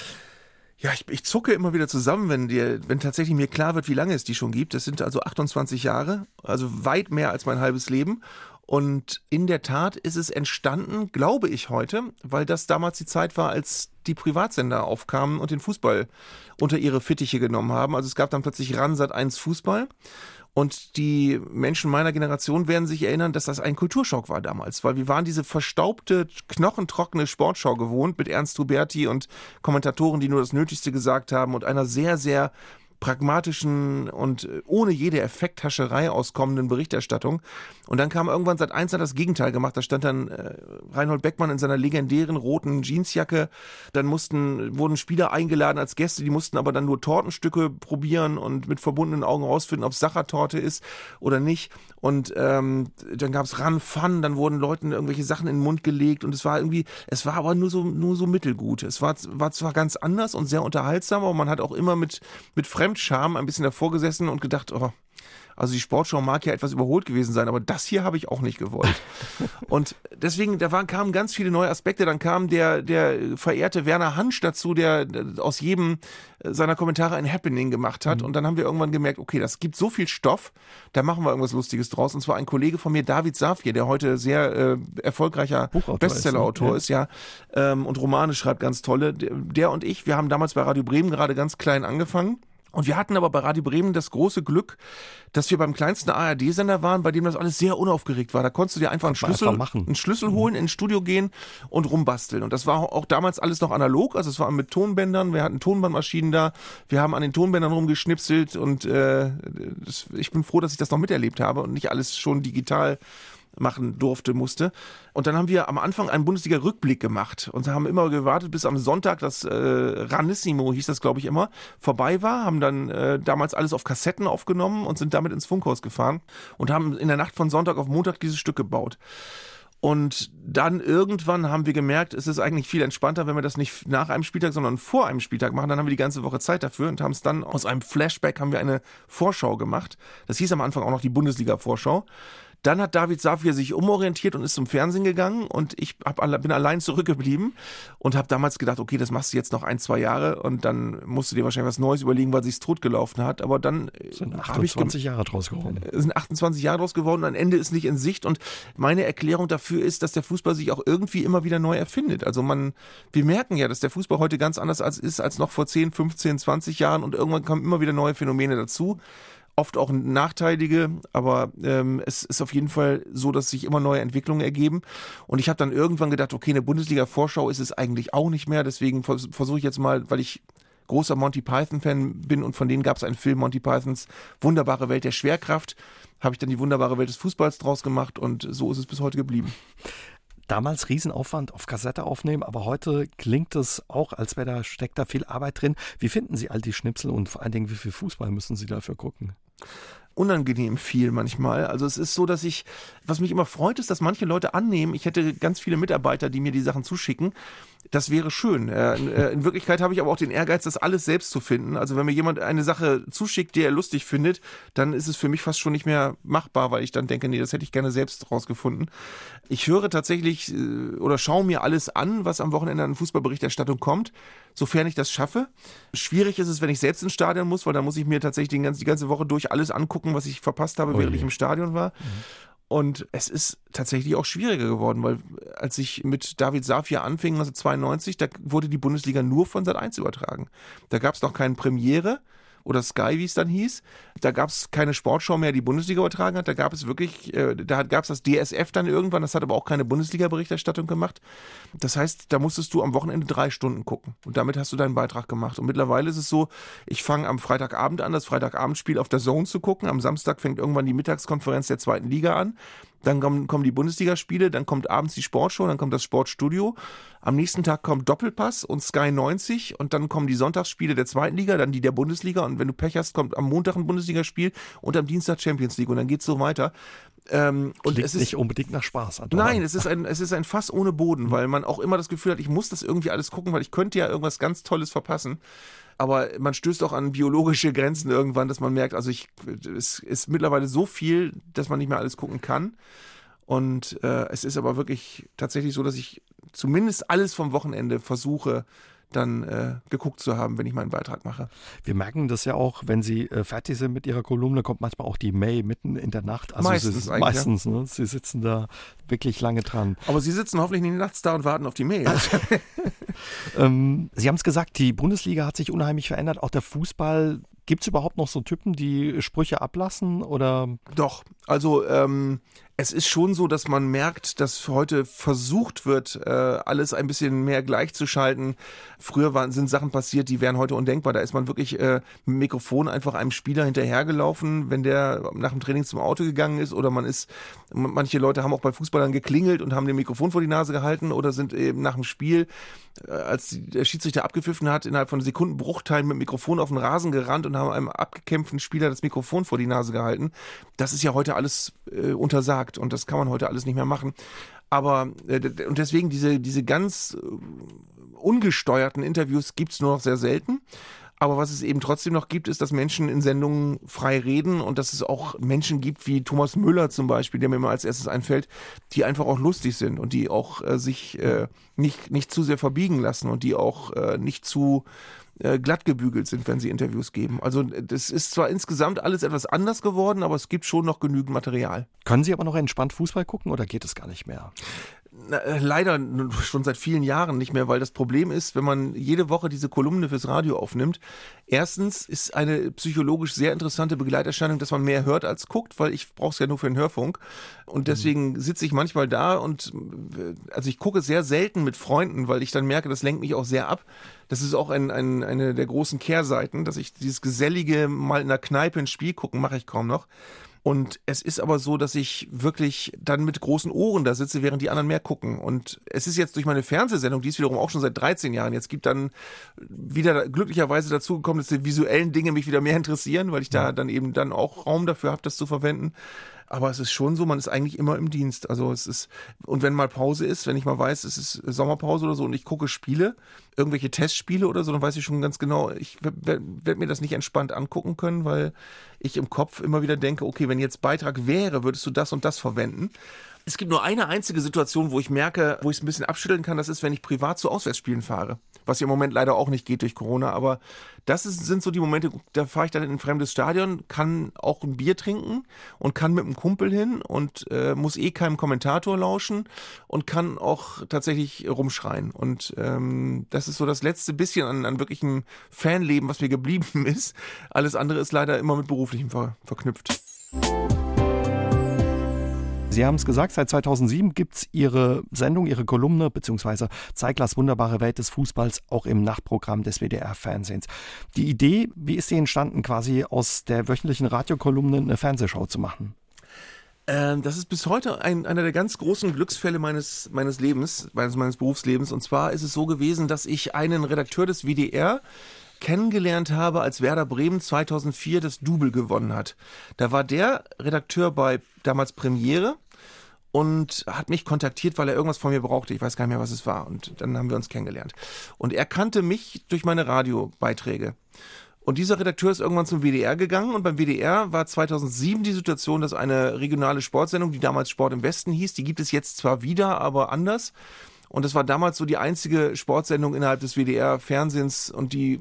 [SPEAKER 3] Ja, ich zucke immer wieder zusammen, wenn tatsächlich mir klar wird, wie lange es die schon gibt. Das sind also 28 Jahre, also weit mehr als mein halbes Leben. Und in der Tat ist es entstanden, glaube ich heute, weil das damals die Zeit war, als die Privatsender aufkamen und den Fußball unter ihre Fittiche genommen haben. Also es gab dann plötzlich RAN Sat.1 Fußball. Und die Menschen meiner Generation werden sich erinnern, dass das ein Kulturschock war damals, weil wir waren diese verstaubte, knochentrockene Sportschau gewohnt mit Ernst Huberti und Kommentatoren, die nur das Nötigste gesagt haben und einer sehr, sehr pragmatischen und ohne jede Effekthascherei auskommenden Berichterstattung. Und dann kam irgendwann Sat.1 hat das Gegenteil gemacht. Da stand dann Reinhold Beckmann in seiner legendären roten Jeansjacke. Dann wurden Spieler eingeladen als Gäste, die mussten aber dann nur Tortenstücke probieren und mit verbundenen Augen rausfinden, ob es Sachertorte ist oder nicht. Und dann gab es Run Fun, dann wurden Leuten irgendwelche Sachen in den Mund gelegt und es war aber nur so mittelgut. Es war zwar ganz anders und sehr unterhaltsam, aber man hat auch immer mit Fremdscham ein bisschen davor gesessen und gedacht, also die Sportschau mag ja etwas überholt gewesen sein, aber das hier habe ich auch nicht gewollt. Und deswegen, kamen ganz viele neue Aspekte. Dann kam der verehrte Werner Hansch dazu, der aus jedem seiner Kommentare ein Happening gemacht hat. Und dann haben wir irgendwann gemerkt, okay, das gibt so viel Stoff, da machen wir irgendwas Lustiges draus. Und zwar ein Kollege von mir, David Safir, der heute sehr erfolgreicher Bestsellerautor ist, und Romane schreibt, ganz tolle. Der und ich, wir haben damals bei Radio Bremen gerade ganz klein angefangen. Und wir hatten aber bei Radio Bremen das große Glück, dass wir beim kleinsten ARD-Sender waren, bei dem das alles sehr unaufgeregt war. Da konntest du dir einfach einen Schlüssel holen, ins Studio gehen und rumbasteln. Und das war auch damals alles noch analog, also es war mit Tonbändern, wir hatten Tonbandmaschinen da, wir haben an den Tonbändern rumgeschnipselt und ich bin froh, dass ich das noch miterlebt habe und nicht alles schon digital machen musste. Und dann haben wir am Anfang einen Bundesliga-Rückblick gemacht und haben immer gewartet, bis am Sonntag das Ranissimo, hieß das glaube ich immer, vorbei war, haben dann damals alles auf Kassetten aufgenommen und sind damit ins Funkhaus gefahren und haben in der Nacht von Sonntag auf Montag dieses Stück gebaut. Und dann irgendwann haben wir gemerkt, es ist eigentlich viel entspannter, wenn wir das nicht nach einem Spieltag, sondern vor einem Spieltag machen. Dann haben wir die ganze Woche Zeit dafür und haben es dann aus einem Flashback haben wir eine Vorschau gemacht. Das hieß am Anfang auch noch die Bundesliga-Vorschau. Dann hat David Safir sich umorientiert und ist zum Fernsehen gegangen und ich bin allein zurückgeblieben und habe damals gedacht, okay, das machst du jetzt noch 1-2 Jahre und dann musst du dir wahrscheinlich was Neues überlegen, weil sich's totgelaufen hat. Aber dann
[SPEAKER 2] sind 28 Jahre draus geworden.
[SPEAKER 3] Sind 28 Jahre draus geworden und ein Ende ist nicht in Sicht. Und meine Erklärung dafür ist, dass der Fußball sich auch irgendwie immer wieder neu erfindet. Also wir merken ja, dass der Fußball heute ganz anders ist als noch vor 10, 15, 20 Jahren und irgendwann kommen immer wieder neue Phänomene dazu. Oft auch nachteilige, aber es ist auf jeden Fall so, dass sich immer neue Entwicklungen ergeben. Und ich habe dann irgendwann gedacht, okay, eine Bundesliga-Vorschau ist es eigentlich auch nicht mehr. Deswegen versuche ich jetzt mal, weil ich großer Monty Python-Fan bin und von denen gab es einen Film, Monty Pythons Wunderbare Welt der Schwerkraft, habe ich dann die Wunderbare Welt des Fußballs draus gemacht und so ist es bis heute geblieben.
[SPEAKER 2] Damals Riesenaufwand auf Kassette aufnehmen, aber heute klingt es auch, als steckt da viel Arbeit drin. Wie finden Sie all die Schnipsel und vor allen Dingen, wie viel Fußball müssen Sie dafür gucken?
[SPEAKER 3] Unangenehm viel manchmal. Also es ist so, was mich immer freut, ist, dass manche Leute annehmen, ich hätte ganz viele Mitarbeiter, die mir die Sachen zuschicken. Das wäre schön. In Wirklichkeit habe ich aber auch den Ehrgeiz, das alles selbst zu finden. Also wenn mir jemand eine Sache zuschickt, die er lustig findet, dann ist es für mich fast schon nicht mehr machbar, weil ich dann denke, nee, das hätte ich gerne selbst rausgefunden. Ich höre tatsächlich oder schaue mir alles an, was am Wochenende an Fußballberichterstattung kommt, sofern ich das schaffe. Schwierig ist es, wenn ich selbst ins Stadion muss, weil da muss ich mir tatsächlich die ganze Woche durch alles angucken, was ich verpasst habe, während ich im Stadion war. Und es ist tatsächlich auch schwieriger geworden, weil als ich mit David Safir anfing 1992, da wurde die Bundesliga nur von Sat.1 übertragen. Da gab es noch keine Premiere oder Sky, wie es dann hieß. Da gab es keine Sportschau mehr, die Bundesliga übertragen hat. Da gab es wirklich, da gab es das DSF dann irgendwann, das hat aber auch keine Bundesliga-Berichterstattung gemacht. Das heißt, da musstest du am Wochenende 3 Stunden gucken und damit hast du deinen Beitrag gemacht. Und mittlerweile ist es so, ich fange am Freitagabend an, das Freitagabendspiel auf der Zone zu gucken. Am Samstag fängt irgendwann die Mittagskonferenz der 2. Liga an. Dann kommen die Bundesligaspiele, dann kommt abends die Sportshow, dann kommt das Sportstudio. Am nächsten Tag kommt Doppelpass und Sky 90 und dann kommen die Sonntagsspiele der 2. Liga, dann die der Bundesliga und wenn du Pech hast, kommt am Montag ein Bundesligaspiel und am Dienstag Champions League und dann geht's so weiter.
[SPEAKER 2] Und es ist nicht unbedingt nach Spaß.
[SPEAKER 3] Nein, es ist ein Fass ohne Boden, weil man auch immer das Gefühl hat, ich muss das irgendwie alles gucken, weil ich könnte ja irgendwas ganz Tolles verpassen. Aber man stößt auch an biologische Grenzen irgendwann, dass man merkt, es ist mittlerweile so viel, dass man nicht mehr alles gucken kann. Und es ist aber wirklich tatsächlich so, dass ich zumindest alles vom Wochenende versuche, dann geguckt zu haben, wenn ich meinen Beitrag mache.
[SPEAKER 2] Wir merken das ja auch, wenn Sie fertig sind mit Ihrer Kolumne, kommt manchmal auch die Mail mitten in der Nacht. Also meistens, ne? Sie sitzen da wirklich lange dran.
[SPEAKER 3] Aber Sie sitzen hoffentlich nicht nachts da und warten auf die Mail.
[SPEAKER 2] Sie haben es gesagt, die Bundesliga hat sich unheimlich verändert, auch der Fußball. Gibt es überhaupt noch so Typen, die Sprüche ablassen? Oder?
[SPEAKER 3] Doch, also es ist schon so, dass man merkt, dass heute versucht wird, alles ein bisschen mehr gleichzuschalten. Früher sind Sachen passiert, die wären heute undenkbar. Da ist man wirklich mit dem Mikrofon einfach einem Spieler hinterhergelaufen, wenn der nach dem Training zum Auto gegangen ist. Oder manche Leute haben auch bei Fußballern geklingelt und haben dem Mikrofon vor die Nase gehalten oder sind eben nach dem Spiel, als der Schiedsrichter abgepfiffen hat, innerhalb von Sekundenbruchteilen mit dem Mikrofon auf den Rasen gerannt und haben einem abgekämpften Spieler das Mikrofon vor die Nase gehalten. Das ist ja heute alles untersagt und das kann man heute alles nicht mehr machen. Aber und deswegen diese ganz ungesteuerten Interviews gibt's nur noch sehr selten. Aber was es eben trotzdem noch gibt, ist, dass Menschen in Sendungen frei reden und dass es auch Menschen gibt wie Thomas Müller zum Beispiel, der mir immer als erstes einfällt, die einfach auch lustig sind und die auch sich nicht zu sehr verbiegen lassen und die auch nicht zu glatt gebügelt sind, wenn sie Interviews geben. Also das ist zwar insgesamt alles etwas anders geworden, aber es gibt schon noch genügend Material.
[SPEAKER 2] Können Sie aber noch entspannt Fußball gucken oder geht es gar nicht mehr?
[SPEAKER 3] Leider schon seit vielen Jahren nicht mehr, weil das Problem ist, wenn man jede Woche diese Kolumne fürs Radio aufnimmt, erstens ist eine psychologisch sehr interessante Begleiterscheinung, dass man mehr hört als guckt, weil ich brauche es ja nur für den Hörfunk und deswegen sitze ich manchmal da und also ich gucke sehr selten mit Freunden, weil ich dann merke, das lenkt mich auch sehr ab. Das ist auch eine der großen Kehrseiten, dass ich dieses gesellige mal in der Kneipe ein Spiel gucken, mache ich kaum noch. Und es ist aber so, dass ich wirklich dann mit großen Ohren da sitze, während die anderen mehr gucken. Und es ist jetzt durch meine Fernsehsendung, die ist wiederum auch schon seit 13 Jahren, jetzt gibt dann wieder glücklicherweise dazu gekommen, dass die visuellen Dinge mich wieder mehr interessieren, weil ich da dann eben dann auch Raum dafür habe, das zu verwenden. Aber es ist schon so, man ist eigentlich immer im Dienst. Also es ist, und wenn mal Pause ist, wenn ich mal weiß, es ist Sommerpause oder so und ich gucke Spiele, irgendwelche Testspiele oder so, dann weiß ich schon ganz genau, ich werde mir das nicht entspannt angucken können, weil ich im Kopf immer wieder denke, okay, wenn jetzt Beitrag wäre, würdest du das und das verwenden. Es gibt nur eine einzige Situation, wo ich merke, wo ich es ein bisschen abschütteln kann, das ist, wenn ich privat zu Auswärtsspielen fahre. Was im Moment leider auch nicht geht durch Corona, aber sind so die Momente, da fahre ich dann in ein fremdes Stadion, kann auch ein Bier trinken und kann mit einem Kumpel hin und muss keinem Kommentator lauschen und kann auch tatsächlich rumschreien. Und das ist so das letzte bisschen an wirklichem Fanleben, was mir geblieben ist. Alles andere ist leider immer mit Beruflichem verknüpft.
[SPEAKER 2] Sie haben es gesagt, seit 2007 gibt es Ihre Sendung, Ihre Kolumne, beziehungsweise Zeiglers wunderbare Welt des Fußballs auch im Nachtprogramm des WDR-Fernsehens. Die Idee, wie ist sie entstanden, quasi aus der wöchentlichen Radiokolumne eine Fernsehshow zu machen?
[SPEAKER 3] Das ist bis heute einer der ganz großen Glücksfälle meines Lebens, meines Berufslebens. Und zwar ist es so gewesen, dass ich einen Redakteur des WDR kennengelernt habe, als Werder Bremen 2004 das Double gewonnen hat. Da war der Redakteur bei damals Premiere und hat mich kontaktiert, weil er irgendwas von mir brauchte. Ich weiß gar nicht mehr, was es war. Und dann haben wir uns kennengelernt. Und er kannte mich durch meine Radiobeiträge. Und dieser Redakteur ist irgendwann zum WDR gegangen und beim WDR war 2007 die Situation, dass eine regionale Sportsendung, die damals Sport im Westen hieß, die gibt es jetzt zwar wieder, aber anders. Und das war damals so die einzige Sportsendung innerhalb des WDR-Fernsehens und die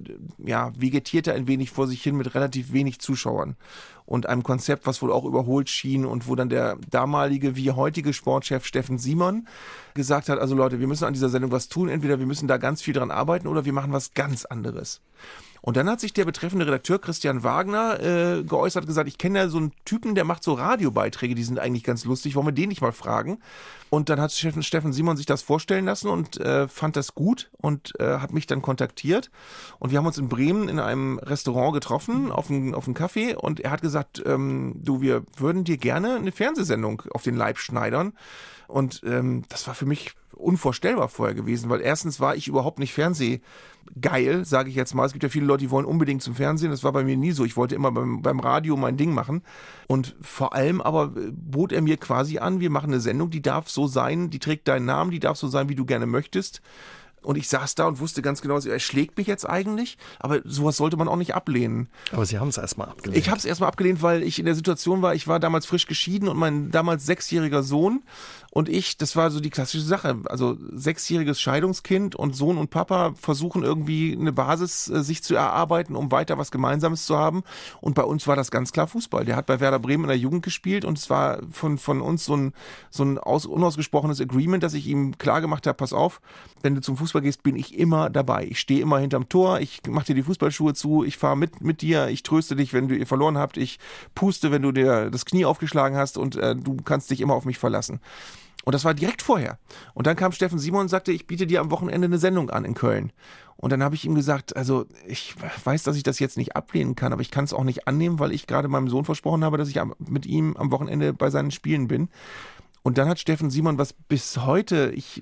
[SPEAKER 3] vegetierte ein wenig vor sich hin mit relativ wenig Zuschauern und einem Konzept, was wohl auch überholt schien und wo dann der damalige wie heutige Sportchef Steffen Simon gesagt hat, also Leute, wir müssen an dieser Sendung was tun, entweder wir müssen da ganz viel dran arbeiten oder wir machen was ganz anderes. Und dann hat sich der betreffende Redakteur Christian Wagner geäußert, gesagt, ich kenne ja so einen Typen, der macht so Radiobeiträge, die sind eigentlich ganz lustig, wollen wir den nicht mal fragen? Und dann hat Steffen Simon sich das vorstellen lassen und fand das gut und hat mich dann kontaktiert. Und wir haben uns in Bremen in einem Restaurant getroffen, auf einen Kaffee. Und er hat gesagt, wir würden dir gerne eine Fernsehsendung auf den Leib schneidern. Und das war für mich unvorstellbar vorher gewesen, weil erstens war ich überhaupt nicht fernsehgeil, sage ich jetzt mal. Es gibt ja viele Leute, die wollen unbedingt zum Fernsehen. Das war bei mir nie so. Ich wollte immer beim Radio mein Ding machen. Und vor allem aber bot er mir quasi an, wir machen eine Sendung, die darf so sein, die trägt deinen Namen, die darf so sein, wie du gerne möchtest. Und ich saß da und wusste ganz genau, er schlägt mich jetzt eigentlich, aber sowas sollte man auch nicht ablehnen.
[SPEAKER 2] Aber Sie haben es erstmal abgelehnt.
[SPEAKER 3] Ich habe es erstmal abgelehnt, weil ich in der Situation war, ich war damals frisch geschieden und mein damals 6-jähriger Sohn und ich, das war so die klassische Sache, also 6-jähriges Scheidungskind und Sohn und Papa versuchen irgendwie eine Basis sich zu erarbeiten, um weiter was Gemeinsames zu haben. Und bei uns war das ganz klar Fußball. Der hat bei Werder Bremen in der Jugend gespielt und es war von uns so ein unausgesprochenes Agreement, dass ich ihm klar gemacht habe, pass auf, wenn du zum Fußball gehst, bin ich immer dabei. Ich stehe immer hinterm Tor, ich mache dir die Fußballschuhe zu, ich fahre mit dir, ich tröste dich, wenn du verloren habt, ich puste, wenn du dir das Knie aufgeschlagen hast und du kannst dich immer auf mich verlassen. Und das war direkt vorher. Und dann kam Steffen Simon und sagte, ich biete dir am Wochenende eine Sendung an in Köln. Und dann habe ich ihm gesagt, also ich weiß, dass ich das jetzt nicht ablehnen kann, aber ich kann es auch nicht annehmen, weil ich gerade meinem Sohn versprochen habe, dass ich mit ihm am Wochenende bei seinen Spielen bin. Und dann hat Steffen Simon, was bis heute ich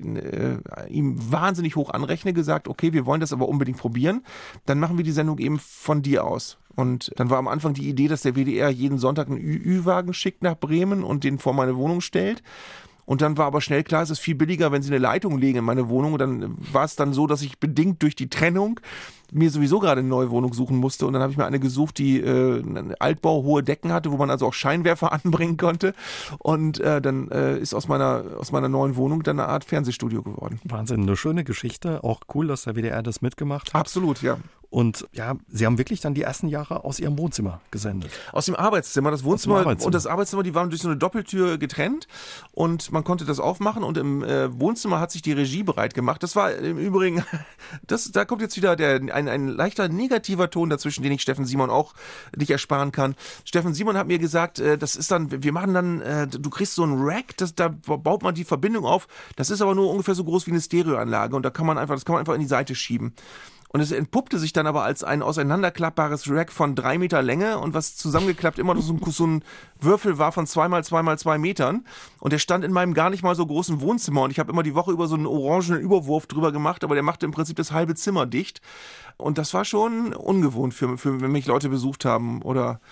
[SPEAKER 3] ihm wahnsinnig hoch anrechne, gesagt, okay, wir wollen das aber unbedingt probieren. Dann machen wir die Sendung eben von dir aus. Und dann war am Anfang die Idee, dass der WDR jeden Sonntag einen Ü-Wagen schickt nach Bremen und den vor meine Wohnung stellt. Und dann war aber schnell klar, es ist viel billiger, wenn sie eine Leitung legen in meine Wohnung. Und dann war es dann so, dass ich bedingt durch die Trennung mir sowieso gerade eine neue Wohnung suchen musste. Und dann habe ich mir eine gesucht, die Altbau, hohe Decken hatte, wo man also auch Scheinwerfer anbringen konnte. Und dann ist aus meiner neuen Wohnung dann eine Art Fernsehstudio geworden.
[SPEAKER 2] Wahnsinn, eine schöne Geschichte. Auch cool, dass der WDR das mitgemacht hat.
[SPEAKER 3] Absolut, ja.
[SPEAKER 2] Und ja, Sie haben wirklich dann die ersten Jahre aus Ihrem Wohnzimmer gesendet.
[SPEAKER 3] Aus dem Arbeitszimmer. Das Wohnzimmer und das Arbeitszimmer, die waren durch so eine Doppeltür getrennt und man konnte das aufmachen und im Wohnzimmer hat sich die Regie bereit gemacht. Das war im Übrigen, da kommt jetzt wieder ein leichter negativer Ton dazwischen, den ich Steffen Simon auch nicht ersparen kann. Steffen Simon hat mir gesagt, das ist dann, wir machen dann, du kriegst so ein Rack, da baut man die Verbindung auf. Das ist aber nur ungefähr so groß wie eine Stereoanlage und das kann man einfach in die Seite schieben. Und es entpuppte sich dann aber als ein auseinanderklappbares Rack von 3 Meter Länge und was zusammengeklappt immer noch so ein Würfel war von 2x2x2 Metern. Und der stand in meinem gar nicht mal so großen Wohnzimmer und ich habe immer die Woche über so einen orangenen Überwurf drüber gemacht, aber der machte im Prinzip das halbe Zimmer dicht. Und das war schon ungewohnt für wenn mich Leute besucht haben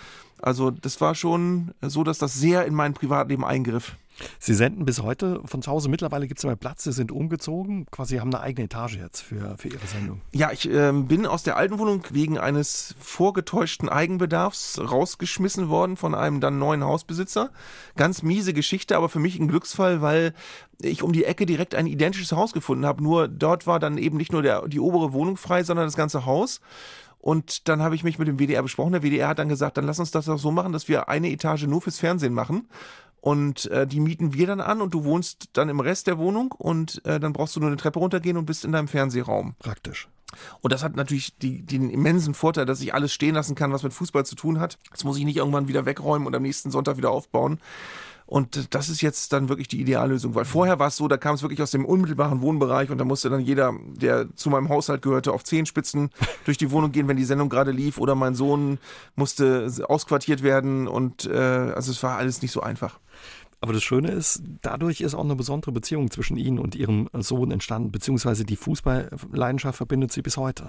[SPEAKER 3] also das war schon so, dass das sehr in mein Privatleben eingriff.
[SPEAKER 2] Sie senden bis heute von zu Hause. Mittlerweile gibt es mehr Platz. Sie sind umgezogen. Quasi haben eine eigene Etage jetzt für Ihre Sendung.
[SPEAKER 3] Ja, ich bin aus der alten Wohnung wegen eines vorgetäuschten Eigenbedarfs rausgeschmissen worden von einem dann neuen Hausbesitzer. Ganz miese Geschichte, aber für mich ein Glücksfall, weil ich um die Ecke direkt ein identisches Haus gefunden habe. Nur dort war dann eben nicht nur die obere Wohnung frei, sondern das ganze Haus. Und dann habe ich mich mit dem WDR besprochen. Der WDR hat dann gesagt, dann lass uns das doch so machen, dass wir eine Etage nur fürs Fernsehen machen. Und die mieten wir dann an und du wohnst dann im Rest der Wohnung und dann brauchst du nur eine Treppe runtergehen und bist in deinem Fernsehraum.
[SPEAKER 2] Praktisch.
[SPEAKER 3] Und das hat natürlich den immensen Vorteil, dass ich alles stehen lassen kann, was mit Fußball zu tun hat. Das muss ich nicht irgendwann wieder wegräumen und am nächsten Sonntag wieder aufbauen. Und das ist jetzt dann wirklich die Ideallösung, weil vorher war es so, da kam es wirklich aus dem unmittelbaren Wohnbereich und da musste dann jeder, der zu meinem Haushalt gehörte, auf Zehenspitzen durch die Wohnung gehen, wenn die Sendung gerade lief, oder mein Sohn musste ausquartiert werden und also es war alles nicht so einfach.
[SPEAKER 2] Aber das Schöne ist, dadurch ist auch eine besondere Beziehung zwischen Ihnen und Ihrem Sohn entstanden, beziehungsweise die Fußballleidenschaft verbindet Sie bis heute.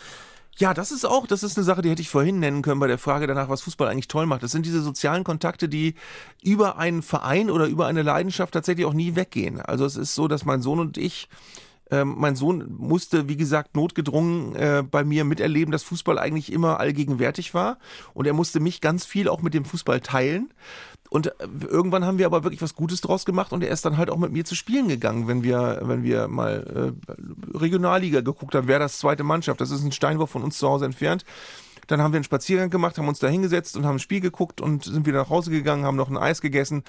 [SPEAKER 3] Ja, das ist eine Sache, die hätte ich vorhin nennen können bei der Frage danach, was Fußball eigentlich toll macht. Das sind diese sozialen Kontakte, die über einen Verein oder über eine Leidenschaft tatsächlich auch nie weggehen. Also es ist so, dass mein Sohn und ich, mein Sohn musste, wie gesagt, notgedrungen bei mir miterleben, dass Fußball eigentlich immer allgegenwärtig war. Und er musste mich ganz viel auch mit dem Fußball teilen. Und irgendwann haben wir aber wirklich was Gutes draus gemacht und er ist dann halt auch mit mir zu spielen gegangen, wenn wir mal Regionalliga geguckt haben, wer das zweite Mannschaft, das ist ein Steinwurf von uns zu Hause entfernt. Dann haben wir einen Spaziergang gemacht, haben uns da hingesetzt und haben ein Spiel geguckt und sind wieder nach Hause gegangen, haben noch ein Eis gegessen.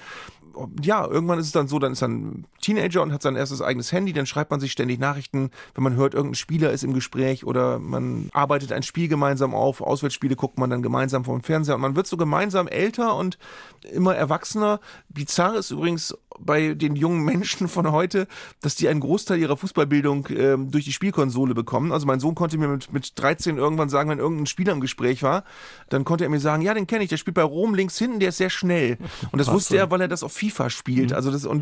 [SPEAKER 3] Ja, irgendwann ist es dann so, dann ist dann Teenager und hat sein erstes eigenes Handy, dann schreibt man sich ständig Nachrichten, wenn man hört, irgendein Spieler ist im Gespräch oder man arbeitet ein Spiel gemeinsam auf, Auswärtsspiele guckt man dann gemeinsam vor dem Fernseher und man wird so gemeinsam älter und immer erwachsener. Bizarr ist übrigens bei den jungen Menschen von heute, dass die einen Großteil ihrer Fußballbildung durch die Spielkonsole bekommen. Also mein Sohn konnte mir mit 13 irgendwann sagen, wenn irgendein Spieler im Gespräch war, dann konnte er mir sagen, ja, den kenne ich, der spielt bei Rom links hinten, der ist sehr schnell. Und das wusste er, weil er das auf FIFA spielt. Also das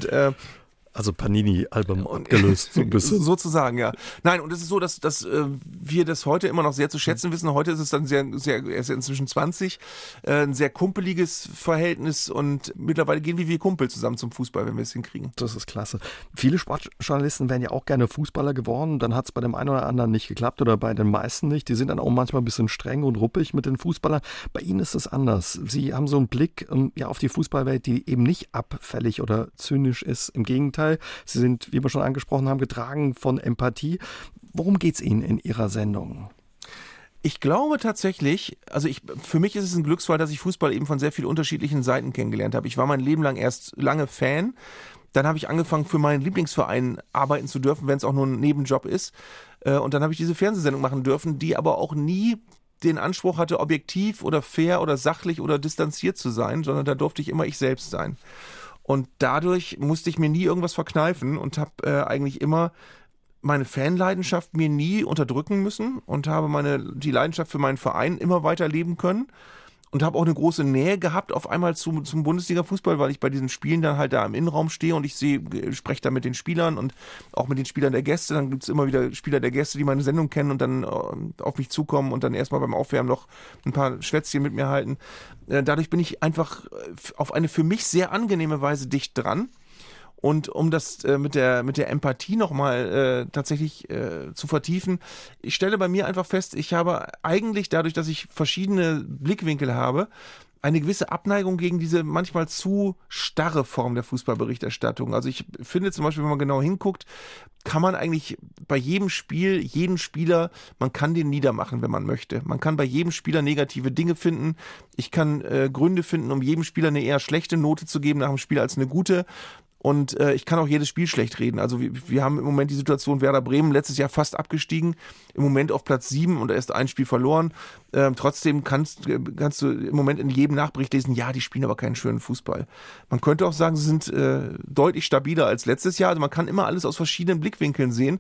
[SPEAKER 2] Also Panini-Album abgelöst, so ein bisschen.
[SPEAKER 3] Sozusagen, ja. Nein, und es ist so, dass wir das heute immer noch sehr zu schätzen wissen. Heute ist es dann er ist ja inzwischen 20, ein sehr kumpeliges Verhältnis und mittlerweile gehen wir wie Kumpel zusammen zum Fußball, wenn wir es hinkriegen.
[SPEAKER 2] Das ist klasse. Viele Sportjournalisten wären ja auch gerne Fußballer geworden, dann hat es bei dem einen oder anderen nicht geklappt oder bei den meisten nicht. Die sind dann auch manchmal ein bisschen streng und ruppig mit den Fußballern. Bei Ihnen ist es anders. Sie haben so einen Blick auf die Fußballwelt, die eben nicht abfällig oder zynisch ist. Im Gegenteil. Sie sind, wie wir schon angesprochen haben, getragen von Empathie. Worum geht es Ihnen in Ihrer Sendung?
[SPEAKER 3] Ich glaube tatsächlich, für mich ist es ein Glücksfall, dass ich Fußball eben von sehr vielen unterschiedlichen Seiten kennengelernt habe. Ich war mein Leben lang erst lange Fan. Dann habe ich angefangen, für meinen Lieblingsverein arbeiten zu dürfen, wenn es auch nur ein Nebenjob ist. Und dann habe ich diese Fernsehsendung machen dürfen, die aber auch nie den Anspruch hatte, objektiv oder fair oder sachlich oder distanziert zu sein, sondern da durfte ich immer ich selbst sein. Und dadurch musste ich mir nie irgendwas verkneifen und habe eigentlich immer meine Fanleidenschaft mir nie unterdrücken müssen und habe die Leidenschaft für meinen Verein immer weiter leben können und habe auch eine große Nähe gehabt auf einmal zum Bundesliga-Fußball, weil ich bei diesen Spielen dann halt da im Innenraum stehe und ich spreche da mit den Spielern und auch mit den Spielern der Gäste. Dann gibt es immer wieder Spieler der Gäste, die meine Sendung kennen und dann auf mich zukommen und dann erstmal beim Aufwärmen noch ein paar Schwätzchen mit mir halten. Dadurch bin ich einfach auf eine für mich sehr angenehme Weise dicht dran. Und um das mit der Empathie nochmal tatsächlich zu vertiefen, ich stelle bei mir einfach fest, ich habe eigentlich dadurch, dass ich verschiedene Blickwinkel habe, eine gewisse Abneigung gegen diese manchmal zu starre Form der Fußballberichterstattung. Also ich finde zum Beispiel, wenn man genau hinguckt, kann man eigentlich bei jedem Spiel, jeden Spieler, man kann den niedermachen, wenn man möchte. Man kann bei jedem Spieler negative Dinge finden. Ich kann Gründe finden, um jedem Spieler eine eher schlechte Note zu geben nach dem Spiel als eine gute. Und ich kann auch jedes Spiel schlecht reden. Also wir haben im Moment die Situation, Werder Bremen letztes Jahr fast abgestiegen, im Moment auf Platz 7 und erst ein Spiel verloren. Trotzdem kannst du im Moment in jedem Nachbericht lesen, ja, die spielen aber keinen schönen Fußball. Man könnte auch sagen, sie sind deutlich stabiler als letztes Jahr. Also man kann immer alles aus verschiedenen Blickwinkeln sehen.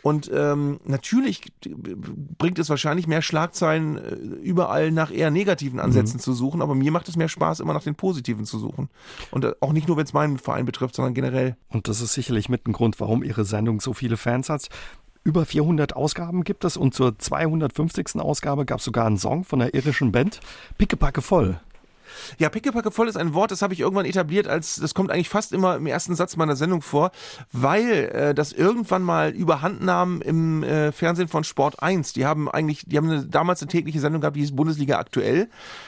[SPEAKER 3] Und natürlich bringt es wahrscheinlich mehr Schlagzeilen, überall nach eher negativen Ansätzen zu suchen, aber mir macht es mehr Spaß, immer nach den positiven zu suchen. Und auch nicht nur, wenn es meinen Verein betrifft, sondern generell.
[SPEAKER 2] Und das ist sicherlich mit ein Grund, warum Ihre Sendung so viele Fans hat. Über 400 Ausgaben gibt es und zur 250. Ausgabe gab es sogar einen Song von der irischen Band, Pickepacke voll.
[SPEAKER 3] Ja, Pickepacke voll ist ein Wort, das habe ich irgendwann etabliert, das kommt eigentlich fast immer im ersten Satz meiner Sendung vor, weil das irgendwann mal überhand nahm im Fernsehen von Sport 1. Die haben damals eine tägliche Sendung gehabt, die hieß Bundesliga aktuell.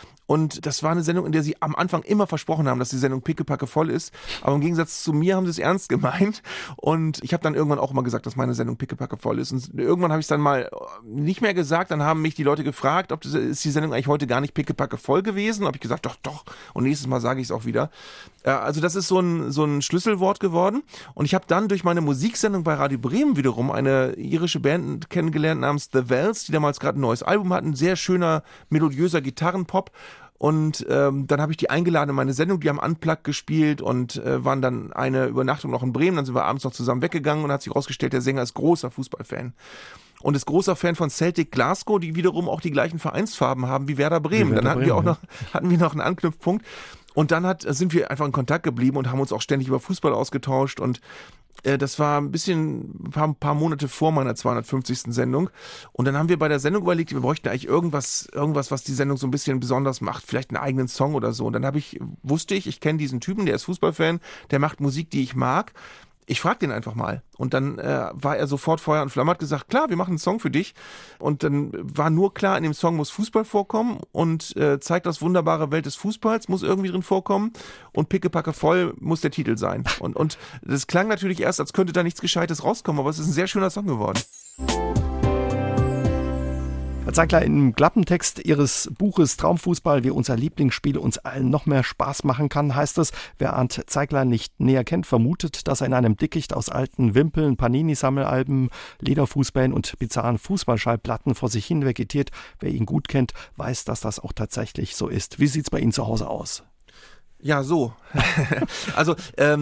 [SPEAKER 3] Und das war eine Sendung, in der sie am Anfang immer versprochen haben, dass die Sendung pickepacke voll ist. Aber im Gegensatz zu mir haben sie es ernst gemeint. Und ich habe dann irgendwann auch mal gesagt, dass meine Sendung pickepacke voll ist. Und irgendwann habe ich es dann mal nicht mehr gesagt. Dann haben mich die Leute gefragt, ist die Sendung eigentlich heute gar nicht pickepacke voll gewesen? Und habe ich gesagt, doch. Und nächstes Mal sage ich es auch wieder. Also das ist so ein Schlüsselwort geworden. Und ich habe dann durch meine Musiksendung bei Radio Bremen wiederum eine irische Band kennengelernt namens The Wells, die damals gerade ein neues Album hatten. Sehr schöner, melodiöser Gitarrenpop. Und dann habe ich die eingeladen in meine Sendung, die haben Unplugged gespielt und waren dann eine Übernachtung noch in Bremen. Dann sind wir abends noch zusammen weggegangen und hat sich rausgestellt, der Sänger ist großer Fußballfan. Und ist großer Fan von Celtic Glasgow, die wiederum auch die gleichen Vereinsfarben haben wie Werder Bremen. Dann hatten wir noch einen Anknüpfpunkt. Und dann sind wir einfach in Kontakt geblieben und haben uns auch ständig über Fußball ausgetauscht und das war ein paar Monate vor meiner 250. Sendung. Und dann haben wir bei der Sendung überlegt, wir bräuchten eigentlich irgendwas, was die Sendung so ein bisschen besonders macht. Vielleicht einen eigenen Song oder so. Und dann wusste ich kenne diesen Typen, der ist Fußballfan, der macht Musik, die ich mag. Ich frag den einfach mal. Und dann war er sofort Feuer und Flamme, hat gesagt, klar, wir machen einen Song für dich. Und dann war nur klar, in dem Song muss Fußball vorkommen und zeigt das wunderbare Welt des Fußballs, muss irgendwie drin vorkommen. Und Pickepacke voll muss der Titel sein. Und das klang natürlich erst, als könnte da nichts Gescheites rauskommen, aber es ist ein sehr schöner Song geworden.
[SPEAKER 2] Herr Zeigler, im Klappentext Ihres Buches Traumfußball, wie unser Lieblingsspiel uns allen noch mehr Spaß machen kann, heißt es, wer Arndt Zeigler nicht näher kennt, vermutet, dass er in einem Dickicht aus alten Wimpeln, Panini-Sammelalben, Lederfußballen und bizarren Fußballschallplatten vor sich hin vegetiert. Wer ihn gut kennt, weiß, dass das auch tatsächlich so ist. Wie sieht's bei Ihnen zu Hause aus?
[SPEAKER 3] Ja, so. Also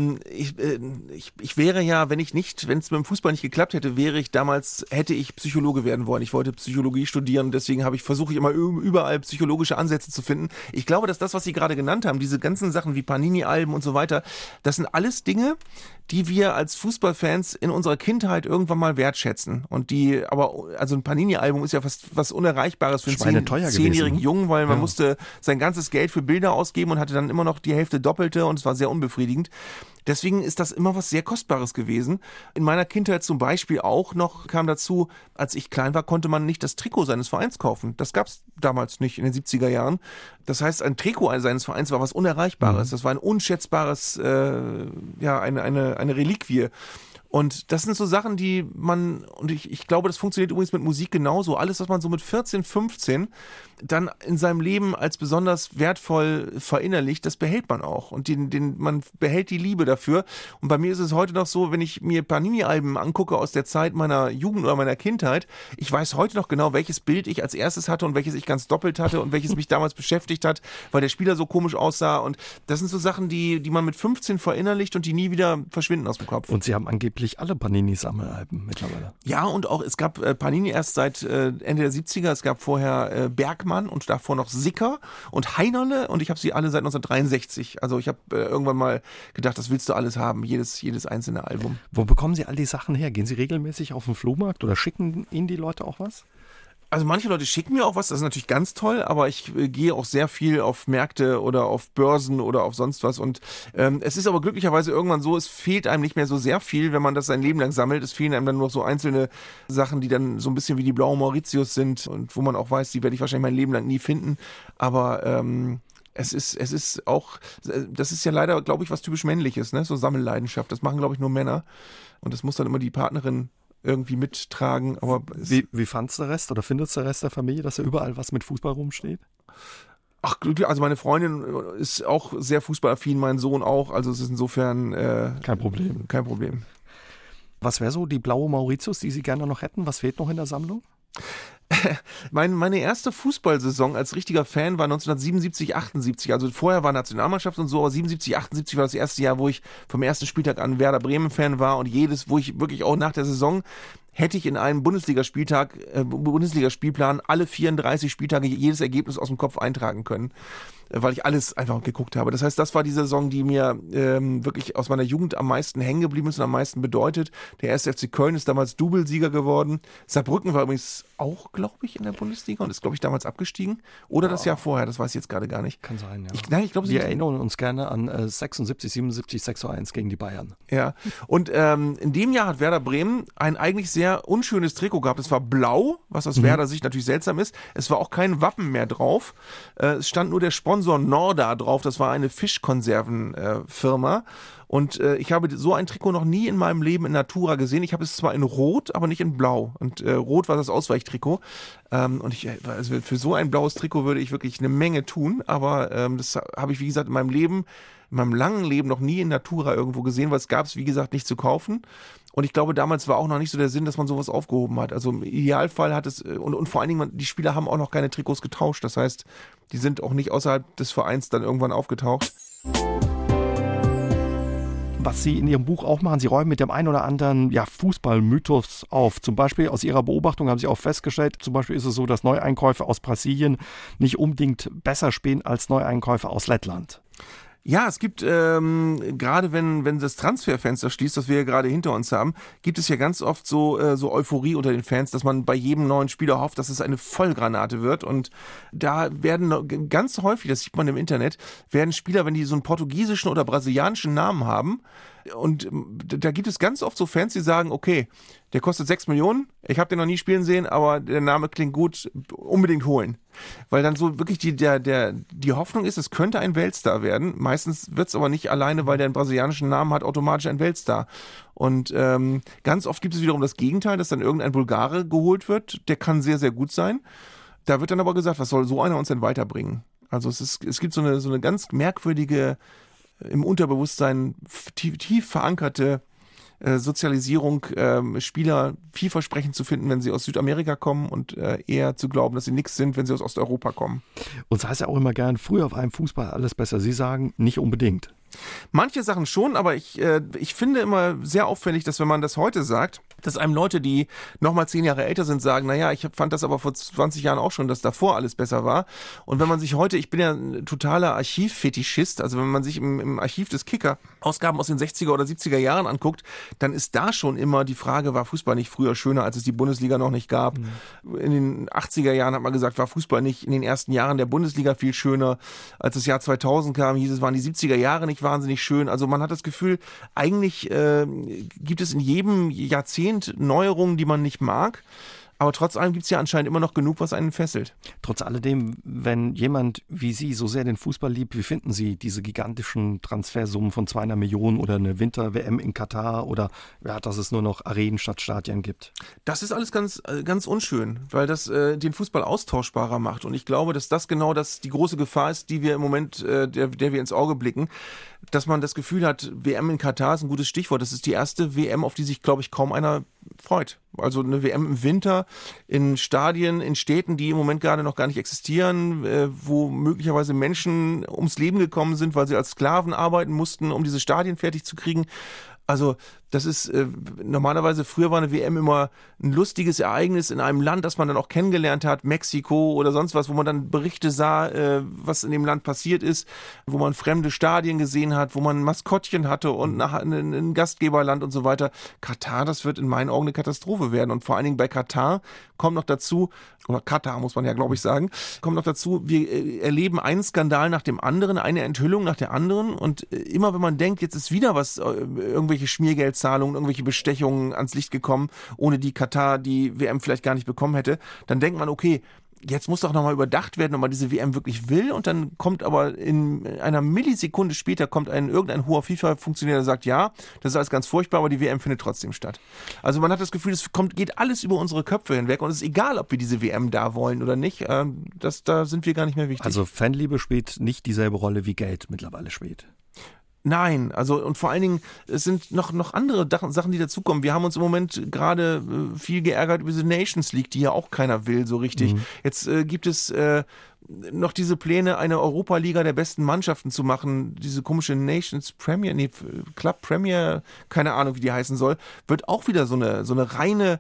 [SPEAKER 3] ich wäre ja, wenn es mit dem Fußball nicht geklappt hätte, hätte ich Psychologe werden wollen. Ich wollte Psychologie studieren, deswegen versuche ich immer überall psychologische Ansätze zu finden. Ich glaube, dass das, was Sie gerade genannt haben, diese ganzen Sachen wie Panini-Alben und so weiter, das sind alles Dinge, die wir als Fußballfans in unserer Kindheit irgendwann mal wertschätzen. Und also ein Panini-Album ist ja fast was Unerreichbares für einen 10-jährigen Jungen, weil man musste sein ganzes Geld für Bilder ausgeben und hatte dann immer noch die Hälfte Doppelte und es war sehr unbefriedigend. Deswegen ist das immer was sehr Kostbares gewesen. In meiner Kindheit zum Beispiel auch noch kam dazu, als ich klein war, konnte man nicht das Trikot seines Vereins kaufen. Das gab es damals nicht in den 70er Jahren. Das heißt, ein Trikot seines Vereins war was Unerreichbares. Das war ein unschätzbares, eine Reliquie. Und das sind so Sachen, ich glaube, das funktioniert übrigens mit Musik genauso. Alles, was man so mit 14, 15 dann in seinem Leben als besonders wertvoll verinnerlicht, das behält man auch. Und man behält die Liebe dafür. Und bei mir ist es heute noch so, wenn ich mir Panini-Alben angucke aus der Zeit meiner Jugend oder meiner Kindheit, ich weiß heute noch genau, welches Bild ich als erstes hatte und welches ich ganz doppelt hatte und welches mich damals beschäftigt hat, weil der Spieler so komisch aussah. Und das sind so Sachen, die man mit 15 verinnerlicht und die nie wieder verschwinden aus dem Kopf.
[SPEAKER 2] Und Sie haben angeblich alle Panini-Sammelalben mittlerweile.
[SPEAKER 3] Ja, und auch, es gab Panini erst seit Ende der 70er, es gab vorher Bergmann und davor noch Sicker und Heinerle und ich habe sie alle seit 1963. Also ich habe irgendwann mal gedacht, das willst du alles haben, jedes einzelne Album.
[SPEAKER 2] Wo bekommen Sie all die Sachen her? Gehen Sie regelmäßig auf den Flohmarkt oder schicken Ihnen die Leute auch was?
[SPEAKER 3] Also manche Leute schicken mir auch was, das ist natürlich ganz toll, aber ich gehe auch sehr viel auf Märkte oder auf Börsen oder auf sonst was und es ist aber glücklicherweise irgendwann so, es fehlt einem nicht mehr so sehr viel, wenn man das sein Leben lang sammelt. Es fehlen einem dann nur so einzelne Sachen, die dann so ein bisschen wie die blauen Mauritius sind und wo man auch weiß, die werde ich wahrscheinlich mein Leben lang nie finden, aber es ist auch, das ist ja leider, glaube ich, was typisch Männliches, ne? So Sammelleidenschaft, das machen, glaube ich, nur Männer und das muss dann immer die Partnerin irgendwie mittragen. Aber
[SPEAKER 2] wie fand's der Rest oder findet's der Rest der Familie, dass da überall was mit Fußball rumsteht?
[SPEAKER 3] Ach, also meine Freundin ist auch sehr fußballaffin, mein Sohn auch, also es ist insofern
[SPEAKER 2] kein Problem. Was wäre so die blaue Mauritius, die Sie gerne noch hätten? Was fehlt noch in der Sammlung?
[SPEAKER 3] Meine erste Fußballsaison als richtiger Fan war 1977, 78. Also vorher war Nationalmannschaft und so, aber 77, 78 war das erste Jahr, wo ich vom ersten Spieltag an Werder Bremen Fan war und wo ich wirklich auch nach der Saison hätte ich in einem Bundesligaspielplan alle 34 Spieltage jedes Ergebnis aus dem Kopf eintragen können, weil ich alles einfach geguckt habe. Das heißt, das war die Saison, die mir wirklich aus meiner Jugend am meisten hängen geblieben ist und am meisten bedeutet. Der 1. FC Köln ist damals Doublesieger geworden. Saarbrücken war übrigens auch, glaube ich, in der Bundesliga und ist, glaube ich, damals abgestiegen. Oder das Jahr vorher, das weiß ich jetzt gerade gar nicht.
[SPEAKER 2] Kann sein, ja.
[SPEAKER 3] Ich glaube,
[SPEAKER 2] wir erinnern uns gerne an 76, 77, 6:1 gegen die Bayern.
[SPEAKER 3] Ja, und in dem Jahr hat Werder Bremen ein eigentlich sehr unschönes Trikot gehabt. Es war blau, was aus Werder Sicht natürlich seltsam ist. Es war auch kein Wappen mehr drauf. Es stand nur der Sponsor Norda drauf. Das war eine Fischkonservenfirma. Und ich habe so ein Trikot noch nie in meinem Leben in Natura gesehen. Ich habe es zwar in Rot, aber nicht in Blau. Und Rot war das Ausweichtrikot. Und also für so ein blaues Trikot würde ich wirklich eine Menge tun. Aber das habe ich, wie gesagt, in meinem langen Leben noch nie in Natura irgendwo gesehen, weil es gab es, wie gesagt, nicht zu kaufen. Und ich glaube, damals war auch noch nicht so der Sinn, dass man sowas aufgehoben hat. Also im Idealfall hat es, und vor allen Dingen, die Spieler haben auch noch keine Trikots getauscht. Das heißt, die sind auch nicht außerhalb des Vereins dann irgendwann aufgetaucht.
[SPEAKER 2] Was Sie in Ihrem Buch auch machen, Sie räumen mit dem einen oder anderen Fußballmythos auf. Zum Beispiel aus Ihrer Beobachtung haben Sie auch festgestellt, zum Beispiel ist es so, dass Neueinkäufe aus Brasilien nicht unbedingt besser spielen als Neueinkäufe aus Lettland.
[SPEAKER 3] Ja, es gibt, gerade wenn das Transferfenster schließt, das wir ja gerade hinter uns haben, gibt es ja ganz oft so Euphorie unter den Fans, dass man bei jedem neuen Spieler hofft, dass es eine Vollgranate wird. Und da werden ganz häufig, das sieht man im Internet, werden Spieler, wenn die so einen portugiesischen oder brasilianischen Namen haben, und da gibt es ganz oft so Fans, die sagen, okay, der kostet 6 Millionen, ich habe den noch nie spielen sehen, aber der Name klingt gut, unbedingt holen. Weil dann so wirklich die Hoffnung ist, es könnte ein Weltstar werden. Meistens wird es aber nicht alleine, weil der einen brasilianischen Namen hat, automatisch ein Weltstar. Und ganz oft gibt es wiederum das Gegenteil, dass dann irgendein Bulgare geholt wird, der kann sehr, sehr gut sein. Da wird dann aber gesagt, was soll so einer uns denn weiterbringen? Also es gibt so eine ganz merkwürdige, im Unterbewusstsein tief verankerte Sozialisierung, Spieler vielversprechend zu finden, wenn sie aus Südamerika kommen und eher zu glauben, dass sie nichts sind, wenn sie aus Osteuropa kommen.
[SPEAKER 2] Und das heißt ja auch immer gern, früher war im Fußball alles besser. Sie sagen, nicht unbedingt.
[SPEAKER 3] Manche Sachen schon, aber ich finde immer sehr auffällig, dass wenn man das heute sagt, dass einem Leute, die nochmal 10 Jahre älter sind, sagen, naja, ich fand das aber vor 20 Jahren auch schon, dass davor alles besser war. Und wenn man sich heute, ich bin ja ein totaler Archivfetischist, also wenn man sich im Archiv des Kicker Ausgaben aus den 60er oder 70er Jahren anguckt, dann ist da schon immer die Frage, war Fußball nicht früher schöner, als es die Bundesliga noch nicht gab? In den 80er Jahren hat man gesagt, war Fußball nicht in den ersten Jahren der Bundesliga viel schöner? Als das Jahr 2000 kam, hieß es, waren die 70er Jahre nicht wahnsinnig schön. Also man hat das Gefühl, eigentlich gibt es in jedem Jahrzehnt Neuerungen, die man nicht mag. Aber trotz allem gibt es ja anscheinend immer noch genug, was einen fesselt.
[SPEAKER 2] Trotz alledem, wenn jemand wie Sie so sehr den Fußball liebt, wie finden Sie diese gigantischen Transfersummen von 200 Millionen oder eine Winter-WM in Katar oder dass es nur noch Arenen statt Stadien gibt?
[SPEAKER 3] Das ist alles ganz, ganz unschön, weil das den Fußball austauschbarer macht. Und ich glaube, dass das genau die große Gefahr ist, die wir im Moment, der wir ins Auge blicken, dass man das Gefühl hat, WM in Katar ist ein gutes Stichwort. Das ist die erste WM, auf die sich, glaube ich, kaum einer freut. Also eine WM im Winter in Stadien, in Städten, die im Moment gerade noch gar nicht existieren, wo möglicherweise Menschen ums Leben gekommen sind, weil sie als Sklaven arbeiten mussten, um diese Stadien fertig zu kriegen. Also das ist normalerweise, früher war eine WM immer ein lustiges Ereignis in einem Land, das man dann auch kennengelernt hat, Mexiko oder sonst was, wo man dann Berichte sah, was in dem Land passiert ist, wo man fremde Stadien gesehen hat, wo man ein Maskottchen hatte und ein Gastgeberland und so weiter. Katar, das wird in meinen Augen eine Katastrophe werden. Und vor allen Dingen bei Katar kommt noch dazu, oder Katar muss man ja glaube ich sagen, kommt noch dazu, wir erleben einen Skandal nach dem anderen, eine Enthüllung nach der anderen und immer wenn man denkt, jetzt ist wieder was, irgendwelche Schmiergeldzahlungen, irgendwelche Bestechungen ans Licht gekommen, ohne die Katar die WM vielleicht gar nicht bekommen hätte, dann denkt man, okay, jetzt muss doch nochmal überdacht werden, ob man diese WM wirklich will und dann kommt aber in einer Millisekunde später irgendein hoher FIFA-Funktionär, der sagt, ja, das ist alles ganz furchtbar, aber die WM findet trotzdem statt. Also man hat das Gefühl, geht alles über unsere Köpfe hinweg und es ist egal, ob wir diese WM da wollen oder nicht, da sind wir gar nicht mehr wichtig.
[SPEAKER 2] Also Fanliebe spielt nicht dieselbe Rolle wie Geld mittlerweile spielt.
[SPEAKER 3] Nein, also und vor allen Dingen, es sind noch andere Sachen, die dazukommen. Wir haben uns im Moment gerade viel geärgert über diese Nations League, die ja auch keiner will so richtig. Jetzt gibt es noch diese Pläne, eine Europa-Liga der besten Mannschaften zu machen, diese komische Nations Premier, Club Premier, keine Ahnung, wie die heißen soll, wird auch wieder so eine reine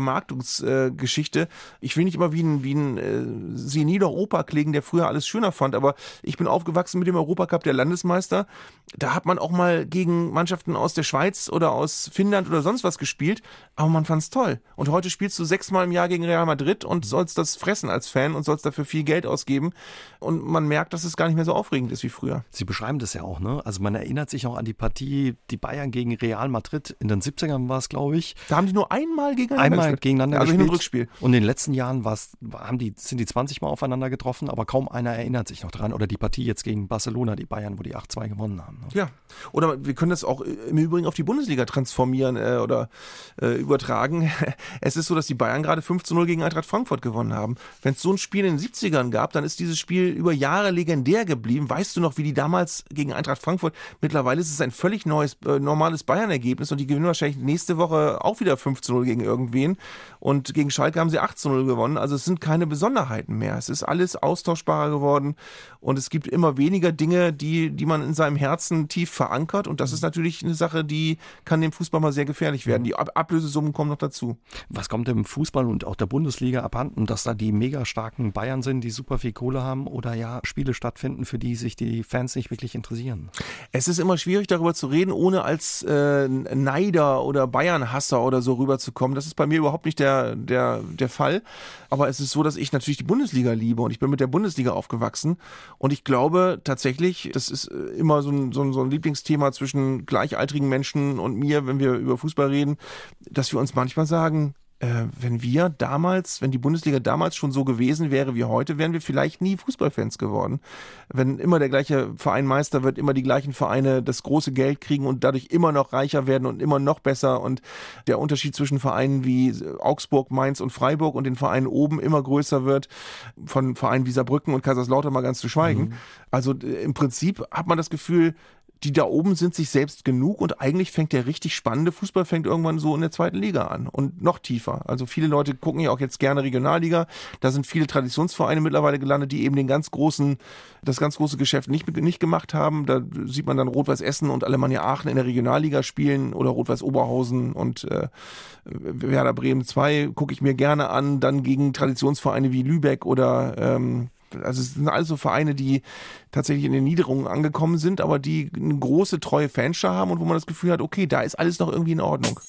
[SPEAKER 3] Vermarktungsgeschichte. Ich will nicht immer wie ein seniler Opa klingen, der früher alles schöner fand, aber ich bin aufgewachsen mit dem Europacup der Landesmeister. Da hat man auch mal gegen Mannschaften aus der Schweiz oder aus Finnland oder sonst was gespielt, aber man fand's toll. Und heute spielst du 6-mal im Jahr gegen Real Madrid und sollst das fressen als Fan und sollst dafür viel Geld ausgeben. Und man merkt, dass es gar nicht mehr so aufregend ist wie früher.
[SPEAKER 2] Sie beschreiben das ja auch, ne? Also man erinnert sich auch an die Partie, die Bayern gegen Real Madrid. In den 70ern war es, glaube ich.
[SPEAKER 3] Da haben die nur einmal gegeneinander
[SPEAKER 2] gegeneinander
[SPEAKER 3] also
[SPEAKER 2] gespielt.
[SPEAKER 3] Hin- und Rückspiel.
[SPEAKER 2] Und in den letzten Jahren sind die 20 Mal aufeinander getroffen, aber kaum einer erinnert sich noch dran. Oder die Partie jetzt gegen Barcelona, die Bayern, wo die 8-2 gewonnen haben. Ne?
[SPEAKER 3] Ja, oder wir können das auch im Übrigen auf die Bundesliga transformieren oder übertragen. Es ist so, dass die Bayern gerade 5-0 gegen Eintracht Frankfurt gewonnen haben. Wenn es so ein Spiel in den 70ern gab, dann ist dieses Spiel über Jahre legendär geblieben. Weißt du noch, wie die damals gegen Eintracht Frankfurt, mittlerweile ist es ein völlig neues, normales Bayern-Ergebnis und die gewinnen wahrscheinlich nächste Woche auch wieder 5-0 gegen irgendwen. Und gegen Schalke haben sie 8-0 gewonnen. Also es sind keine Besonderheiten mehr. Es ist alles austauschbarer geworden und es gibt immer weniger Dinge, die man in seinem Herzen tief verankert. Und das ist natürlich eine Sache, die kann dem Fußball mal sehr gefährlich werden. Die Ablösesummen kommen noch dazu.
[SPEAKER 2] Was kommt dem Fußball und auch der Bundesliga abhanden, dass da die mega starken Bayern sind, die super viel Kohle haben oder ja Spiele stattfinden, für die sich die Fans nicht wirklich interessieren?
[SPEAKER 3] Es ist immer schwierig, darüber zu reden, ohne als Neider oder Bayern-Hasser oder so rüberzukommen. Das ist bei mir überhaupt nicht der Fall. Aber es ist so, dass ich natürlich die Bundesliga liebe und ich bin mit der Bundesliga aufgewachsen. Und ich glaube tatsächlich, das ist immer so ein Lieblingsthema zwischen gleichaltrigen Menschen und mir, wenn wir über Fußball reden, dass wir uns manchmal sagen, wenn die Bundesliga damals schon so gewesen wäre wie heute, wären wir vielleicht nie Fußballfans geworden. Wenn immer der gleiche Verein Meister wird, immer die gleichen Vereine das große Geld kriegen und dadurch immer noch reicher werden und immer noch besser und der Unterschied zwischen Vereinen wie Augsburg, Mainz und Freiburg und den Vereinen oben immer größer wird, von Vereinen wie Saarbrücken und Kaiserslautern mal ganz zu schweigen. Also im Prinzip hat man das Gefühl, die da oben sind sich selbst genug und eigentlich fängt der richtig spannende Fußball irgendwann so in der zweiten Liga an und noch tiefer. Also viele Leute gucken ja auch jetzt gerne Regionalliga. Da sind viele Traditionsvereine mittlerweile gelandet, die eben das ganz große Geschäft nicht gemacht haben. Da sieht man dann Rot-Weiß Essen und Alemannia Aachen in der Regionalliga spielen oder Rot-Weiß Oberhausen und Werder Bremen 2 gucke ich mir gerne an. Dann gegen Traditionsvereine wie Lübeck oder also es sind alles so Vereine, die tatsächlich in den Niederungen angekommen sind, aber die eine große, treue Fanschar haben und wo man das Gefühl hat, okay, da ist alles noch irgendwie in Ordnung.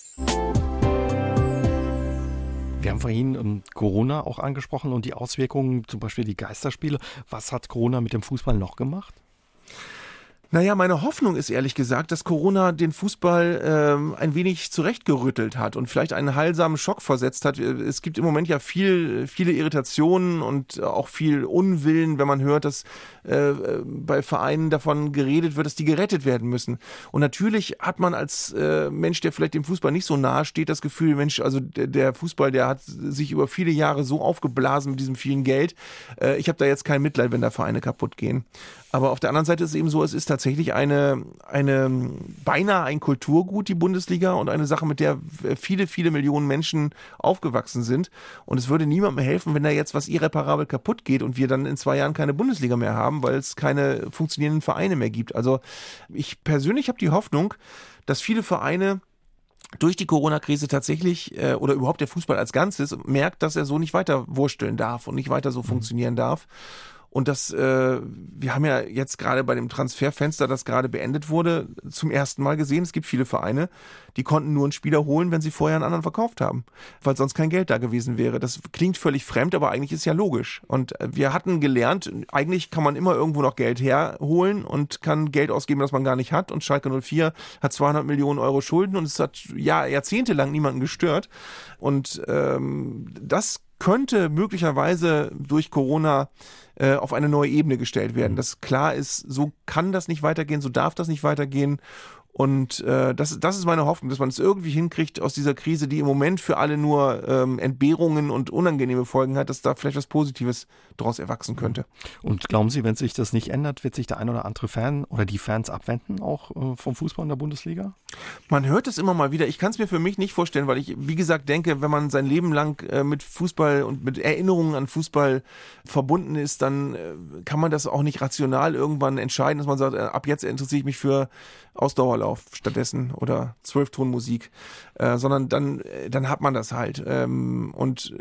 [SPEAKER 2] Wir haben vorhin Corona auch angesprochen und die Auswirkungen, zum Beispiel die Geisterspiele. Was hat Corona mit dem Fußball noch gemacht?
[SPEAKER 3] Naja, meine Hoffnung ist ehrlich gesagt, dass Corona den Fußball ein wenig zurechtgerüttelt hat und vielleicht einen heilsamen Schock versetzt hat. Es gibt im Moment ja viele Irritationen und auch viel Unwillen, wenn man hört, dass bei Vereinen davon geredet wird, dass die gerettet werden müssen. Und natürlich hat man als Mensch, der vielleicht dem Fußball nicht so nahe steht, das Gefühl, Mensch, also der Fußball, der hat sich über viele Jahre so aufgeblasen mit diesem vielen Geld. Ich habe da jetzt kein Mitleid, wenn da Vereine kaputt gehen. Aber auf der anderen Seite ist es eben so, es ist tatsächlich beinahe ein Kulturgut, die Bundesliga, und eine Sache, mit der viele, viele Millionen Menschen aufgewachsen sind. Und es würde niemandem helfen, wenn da jetzt was irreparabel kaputt geht und wir dann in 2 Jahren keine Bundesliga mehr haben, weil es keine funktionierenden Vereine mehr gibt. Also ich persönlich habe die Hoffnung, dass viele Vereine durch die Corona-Krise tatsächlich oder überhaupt der Fußball als Ganzes merkt, dass er so nicht weiter wursteln darf und nicht weiter so funktionieren darf. Und wir haben ja jetzt gerade bei dem Transferfenster, das gerade beendet wurde, zum ersten Mal gesehen, es gibt viele Vereine, die konnten nur einen Spieler holen, wenn sie vorher einen anderen verkauft haben, weil sonst kein Geld da gewesen wäre. Das klingt völlig fremd, aber eigentlich ist ja logisch. Und wir hatten gelernt, eigentlich kann man immer irgendwo noch Geld herholen und kann Geld ausgeben, das man gar nicht hat. Und Schalke 04 hat 200 Millionen Euro Schulden und es hat jahrzehntelang niemanden gestört. Und das könnte möglicherweise durch Corona auf eine neue Ebene gestellt werden. Dass klar ist, so kann das nicht weitergehen, so darf das nicht weitergehen. Und das ist meine Hoffnung, dass man es irgendwie hinkriegt aus dieser Krise, die im Moment für alle nur Entbehrungen und unangenehme Folgen hat, dass da vielleicht was Positives daraus erwachsen könnte.
[SPEAKER 2] Und glauben Sie, wenn sich das nicht ändert, wird sich der ein oder andere Fan oder die Fans abwenden, auch vom Fußball in der Bundesliga?
[SPEAKER 3] Man hört es immer mal wieder. Ich kann es mir für mich nicht vorstellen, weil ich, wie gesagt, denke, wenn man sein Leben lang mit Fußball und mit Erinnerungen an Fußball verbunden ist, dann kann man das auch nicht rational irgendwann entscheiden, dass man sagt, ab jetzt interessiere ich mich für Ausdauerlauf stattdessen oder 12-Ton-Musik, sondern dann hat man das halt. Und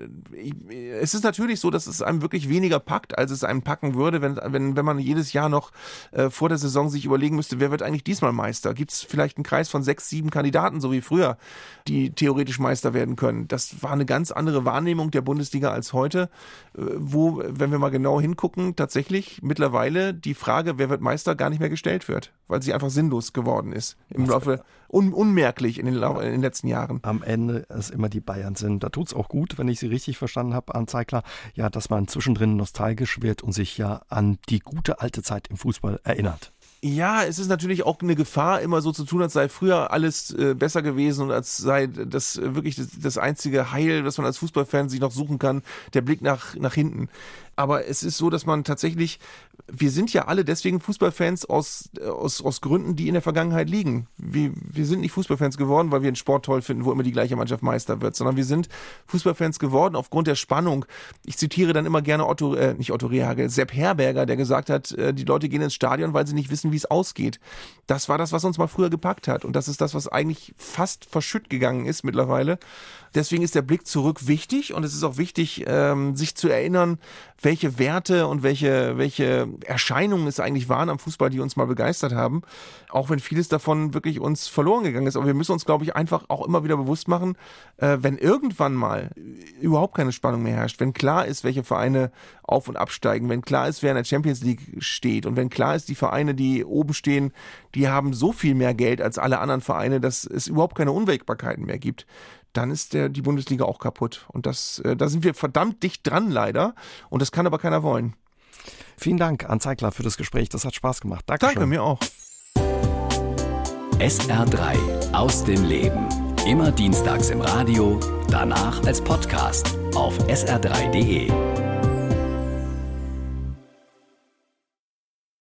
[SPEAKER 3] es ist natürlich so, dass es einem wirklich weniger packt, als es einem packen würde, wenn man jedes Jahr noch vor der Saison sich überlegen müsste, wer wird eigentlich diesmal Meister? Gibt es vielleicht einen Kreis von 6, 7 Kandidaten, so wie früher, die theoretisch Meister werden können? Das war eine ganz andere Wahrnehmung der Bundesliga als heute, wo, wenn wir mal genau hingucken, tatsächlich mittlerweile die Frage, wer wird Meister, gar nicht mehr gestellt wird, weil sie einfach sinnlos geworden ist. Im Laufe unmerklich in den letzten Jahren.
[SPEAKER 2] Am Ende es immer die Bayern sind. Da tut es auch gut, wenn ich Sie richtig verstanden habe, Arndt Zeigler, ja, dass man zwischendrin nostalgisch wird und sich ja an die gute alte Zeit im Fußball erinnert.
[SPEAKER 3] Ja, es ist natürlich auch eine Gefahr, immer so zu tun, als sei früher alles besser gewesen und als sei das wirklich das einzige Heil, was man als Fußballfan sich noch suchen kann, der Blick nach hinten. Aber es ist so, dass man tatsächlich, wir sind ja alle deswegen Fußballfans aus Gründen, die in der Vergangenheit liegen. Wir sind nicht Fußballfans geworden, weil wir einen Sport toll finden, wo immer die gleiche Mannschaft Meister wird, sondern wir sind Fußballfans geworden aufgrund der Spannung. Ich zitiere dann immer gerne Sepp Herberger, der gesagt hat, die Leute gehen ins Stadion, weil sie nicht wissen, wie es ausgeht. Das war das, was uns mal früher gepackt hat. Und das ist das, was eigentlich fast verschütt gegangen ist mittlerweile. Deswegen ist der Blick zurück wichtig und es ist auch wichtig, sich zu erinnern, welche Werte und welche Erscheinungen es eigentlich waren am Fußball, die uns mal begeistert haben. Auch wenn vieles davon wirklich uns verloren gegangen ist. Aber wir müssen uns, glaube ich, einfach auch immer wieder bewusst machen, wenn irgendwann mal überhaupt keine Spannung mehr herrscht, wenn klar ist, welche Vereine auf- und absteigen, wenn klar ist, wer in der Champions League steht und wenn klar ist, die Vereine, die oben stehen, die haben so viel mehr Geld als alle anderen Vereine, dass es überhaupt keine Unwägbarkeiten mehr gibt, dann ist die Bundesliga auch kaputt. Und da sind wir verdammt dicht dran leider. Und das kann aber keiner wollen.
[SPEAKER 2] Vielen Dank, Arndt Zeigler, für das Gespräch. Das hat Spaß gemacht. Dankeschön.
[SPEAKER 3] Danke, mir auch.
[SPEAKER 1] SR3 aus dem Leben. Immer dienstags im Radio, danach als Podcast auf sr3.de.